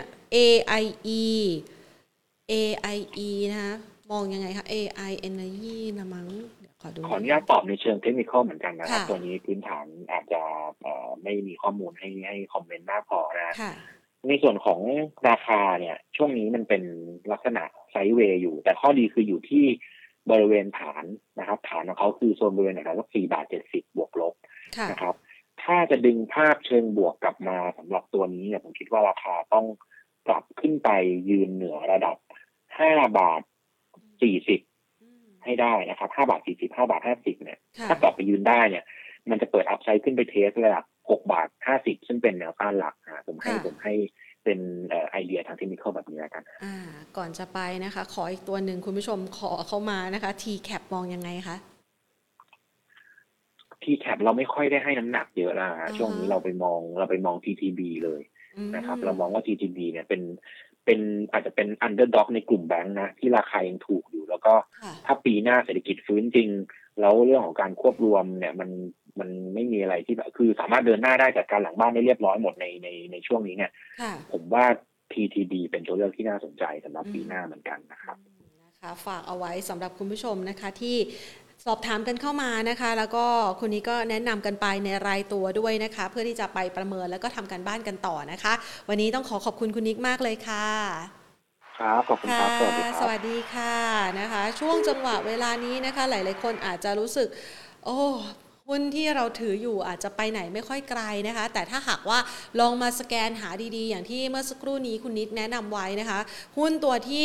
AIE นะคะมองยังไงคะ AI Energy นะมั้งขออนุญาตตอบในเชิงเทคนิคเหมือนกันนะครับตัวนี้พื้นฐานอาจจะไม่มีข้อมูลให้คอมเมนต์มากพอนะในส่วนของราคาเนี่ยช่วงนี้มันเป็นลักษณะไซด์เวย์อยู่แต่ข้อดีคืออยู่ที่บริเวณฐานนะครับฐานของเขาคือโซนบริเวณนะครับว่า4.70 บวกลบนะครับถ้าจะดึงภาพเชิงบวกกลับมาสำหรับตัวนี้เนี่ยผมคิดว่าราคาต้องกลับขึ้นไปยืนเหนือระดับ5.40ให้ได้นะครับ5.40 5.50เนี่ยถ้ากลับไปยืนได้เนี่ยมันจะเปิดอัพไซด์ขึ้นไปเทสระดับ6.50ซึ่งเป็นแนวต้านหลักผมให้เป็นไอเดียทางเทคนิคแบบนี้แล้วกันก่อนจะไปนะคะขออีกตัวหนึ่งคุณผู้ชมขอเข้ามานะคะ TCAP มองยังไงคะ TCAP เราไม่ค่อยได้ให้น้ำหนักเยอะแล้วช่วงนี้เราไปมอง TTB เลยนะครับเรามองว่า TTB เนี่ยเป็นอาจจะเป็นอันเดอร์ด็อกในกลุ่มแบงค์นะที่ราคายังถูกอยู่แล้วก็ถ้าปีหน้าเศรษฐกิจฟื้นจริงแล้วเรื่องของการควบรวมเนี่ยมันไม่มีอะไรที่แบบคือสามารถเดินหน้าได้จากการหลังบ้านได้เรียบร้อยหมดในช่วงนี้เนี่ยผมว่า TTB เป็นตัวเลือกที่น่าสนใจสำหรับปีหน้าเหมือนกันนะครับนะคะฝากเอาไว้สำหรับคุณผู้ชมนะคะที่สอบถามกันเข้ามานะคะแล้วก็คุณนี้ก็แนะนำกันไปในรายตัวด้วยนะคะเพื่อที่จะไปประเมินแล้วก็ทำการบ้านกันต่อนะคะวันนี้ต้องขอบคุณคุณนิกมากเลยค่ะครับขอบคุณครับสวัสดีค่ะนะคะช่วงจังหวะเวลานี้นะคะหลายๆคนอาจจะรู้สึกหุ้นที่เราถืออยู่อาจจะไปไหนไม่ค่อยไกลนะคะแต่ถ้าหากว่าลองมาสแกนหาดีๆอย่างที่เมื่อสักครู่นี้คุณนิดแนะนำไว้นะคะหุ้นตัวที่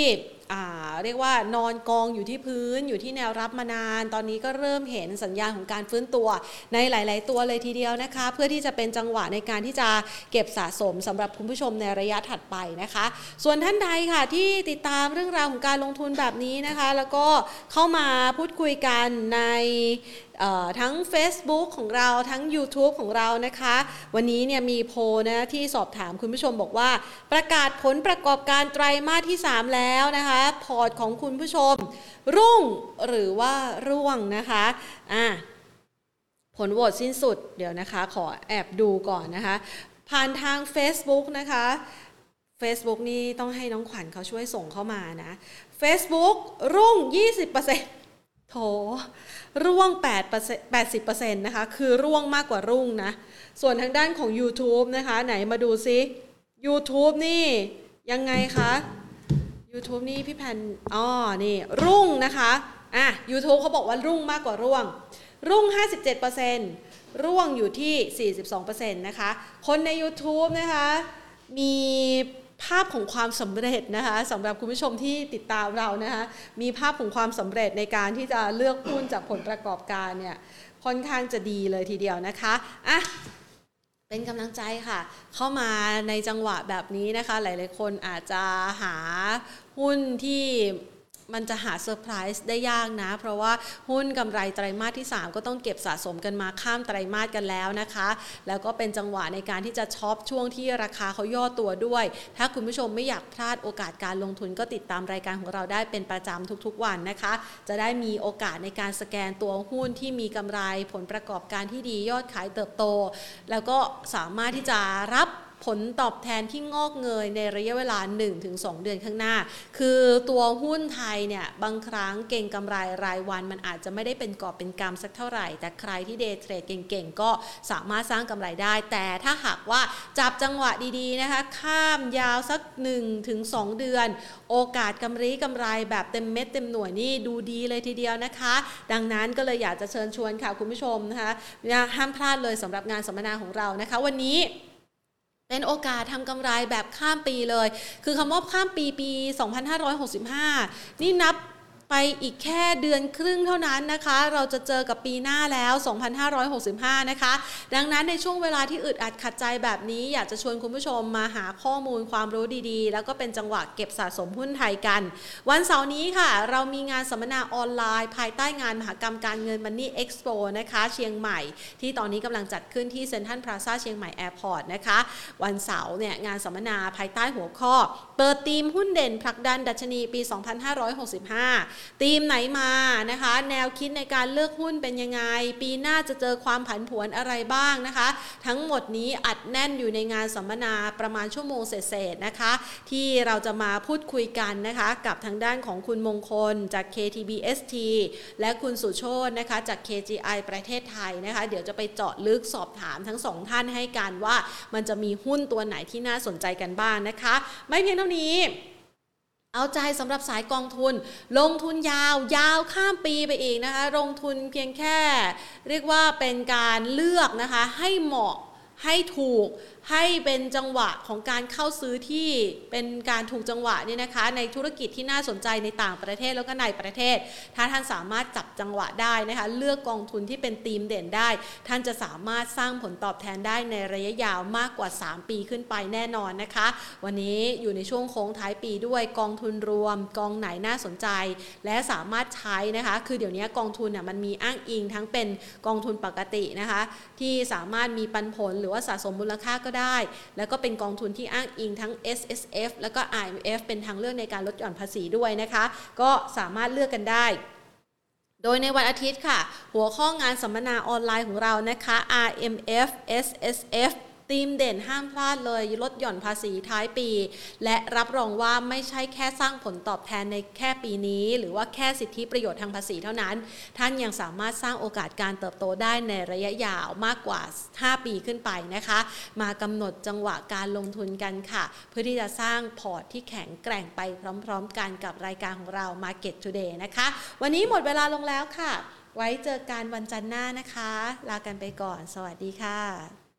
เรียกว่านอนกองอยู่ที่พื้นอยู่ที่แนวรับมานานตอนนี้ก็เริ่มเห็นสัญญาณของการฟื้นตัวในหลายๆตัวเลยทีเดียวนะคะเพื่อที่จะเป็นจังหวะในการที่จะเก็บสะสมสำหรับคุณผู้ชมในระยะถัดไปนะคะส่วนท่านใดค่ะที่ติดตามเรื่องราวของการลงทุนแบบนี้นะคะแล้วก็เข้ามาพูดคุยกันในทั้ง Facebook ของเราทั้ง YouTube ของเรานะคะวันนี้เนี่ยมีโพลนะที่สอบถามคุณผู้ชมบอกว่าประกาศผลประกอบการไตรมาสที่3แล้วนะคะพอร์ตของคุณผู้ชมรุ่งหรือว่าร่วงนะคะผลโหวตสิ้นสุดเดี๋ยวนะคะขอแอบดูก่อนนะคะผ่านทาง Facebook นะคะ Facebook นี่ต้องให้น้องขวัญเขาช่วยส่งเข้ามานะ Facebook รุ่ง 20%โถร่วง 80% นะคะคือร่วงมากกว่ารุ่งนะส่วนทางด้านของ YouTube นะคะไหนมาดูซิ YouTube นี่ยังไงคะ YouTube นี่พี่แพนนี่รุ่งนะคะYouTube เขาบอกว่ารุ่งมากกว่าร่วงรุ่ง 57% ร่วงอยู่ที่ 42% นะคะคนใน YouTube นะคะมีภาพของความสำเร็จนะคะสำหรับคุณผู้ชมที่ติดตามเรานะคะมีภาพของความสำเร็จในการที่จะเลือกหุ้นจากผลประกอบการเนี่ยค่อนข้างจะดีเลยทีเดียวนะคะเป็นกำลังใจค่ะเข้ามาในจังหวะแบบนี้นะคะหลายๆคนอาจจะหาหุ้นที่มันจะหาเซอร์ไพรส์ได้ยากนะเพราะว่าหุ้นกำไรไตรมาสที่3ก็ต้องเก็บสะสมกันมาข้ามไตรมาสกันแล้วนะคะแล้วก็เป็นจังหวะในการที่จะช็อปช่วงที่ราคาเขาย่อตัวด้วยถ้าคุณผู้ชมไม่อยากพลาดโอกาสการลงทุนก็ติดตามรายการของเราได้เป็นประจำทุกๆวันนะคะจะได้มีโอกาสในการสแกนตัวหุ้นที่มีกำไรผลประกอบการที่ดียอดขายเติบโตแล้วก็สามารถที่จะรับผลตอบแทนที่งอกเงยในระยะเวลา 1-2 เดือนข้างหน้าคือตัวหุ้นไทยเนี่ยบางครั้งเก่งกำไรรายวันมันอาจจะไม่ได้เป็นกอบเป็นกำสักเท่าไหร่แต่ใครที่เดย์เทรดเก่งๆก็สามารถสร้างกำไรได้แต่ถ้าหากว่าจับจังหวะดีๆนะคะข้ามยาวสัก 1-2 เดือนโอกาสกำไรแบบเต็มเม็ดเต็มหน่วยนี่ดูดีเลยทีเดียวนะคะดังนั้นก็เลยอยากจะเชิญชวนค่ะคุณผู้ชมนะคะห้ามพลาดเลยสำหรับงานสัมมนาของเรานะคะวันนี้เป็นโอกาสทำกำไรแบบข้ามปีเลยคือคำว่าข้ามปี 2565 นี่นับไปอีกแค่เดือนครึ่งเท่านั้นนะคะเราจะเจอกับปีหน้าแล้ว 2565 นะคะดังนั้นในช่วงเวลาที่อึดอัดขัดใจแบบนี้อยากจะชวนคุณผู้ชมมาหาข้อมูลความรู้ดีๆแล้วก็เป็นจังหวะเก็บสะสมหุ้นไทยกันวันเสาร์นี้ค่ะเรามีงานสัมมนาออนไลน์ภายใต้งานมหกรรมการเงิน Money Expo นะคะเชียงใหม่ที่ตอนนี้กำลังจัดขึ้นที่เซ็นทรัลพลาซ่าเชียงใหม่แอร์พอร์ตนะคะวันเสาร์เนี่ยงานสัมมนาภายใต้หัวข้อเปิดธีมหุ้นเด่นผลักดันดัชนีปี 2565ธีมไหนมานะคะแนวคิดในการเลือกหุ้นเป็นยังไงปีหน้าจะเจอความผันผวนอะไรบ้างนะคะทั้งหมดนี้อัดแน่นอยู่ในงานสัมมนาประมาณชั่วโมงเศษๆนะคะที่เราจะมาพูดคุยกันนะคะกับทางด้านของคุณมงคลจาก KTBST และคุณสุโชตินะคะจาก KGI ประเทศไทยนะคะเดี๋ยวจะไปเจาะลึกสอบถามทั้งสองท่านให้กันว่ามันจะมีหุ้นตัวไหนที่น่าสนใจกันบ้างนะคะไม่เพียงเท่านี้เอาใจสำหรับสายกองทุนลงทุนยาวข้ามปีไปอีกนะคะลงทุนเพียงแค่เรียกว่าเป็นการเลือกนะคะให้เหมาะให้ถูกให้เป็นจังหวะของการเข้าซื้อที่เป็นการถูกจังหวะนี่นะคะในธุรกิจที่น่าสนใจในต่างประเทศแล้วก็ในประเทศถ้าท่านสามารถจับจังหวะได้นะคะเลือกกองทุนที่เป็นธีมเด่นได้ท่านจะสามารถสร้างผลตอบแทนได้ในระยะยาวมากกว่า3ปีขึ้นไปแน่นอนนะคะวันนี้อยู่ในช่วงโค้งท้ายปีด้วยกองทุนรวมกองไหนน่าสนใจและสามารถใช้นะคะคือเดี๋ยวนี้กองทุนมันมีอ้างอิงทั้งเป็นกองทุนปกตินะคะที่สามารถมีปันผลหรือว่าสะสมมูลค่าก็ได้แล้วก็เป็นกองทุนที่อ้างอิงทั้ง SSF แล้วก็ IMF เป็นทางเลือกในการลดหย่อนภาษีด้วยนะคะก็สามารถเลือกกันได้โดยในวันอาทิตย์ค่ะหัวข้องานสัมมนาออนไลน์ของเรานะคะ RMF SSF ธีมเด่นห้ามพลาดเลยลดหย่อนภาษีท้ายปีและรับรองว่าไม่ใช่แค่สร้างผลตอบแทนในแค่ปีนี้หรือว่าแค่สิทธิประโยชน์ทางภาษีเท่านั้นท่านยังสามารถสร้างโอกาสการเติบโตได้ในระยะยาวมากกว่า5ปีขึ้นไปนะคะมากำหนดจังหวะการลงทุนกันค่ะเพื่อที่จะสร้างพอร์ตที่แข็งแกร่งไปพร้อมๆกันกับรายการของเรา Market Today นะคะวันนี้หมดเวลาลงแล้วค่ะไว้เจอกันวันจันทร์หน้านะคะลากันไปก่อนสวัสดีค่ะ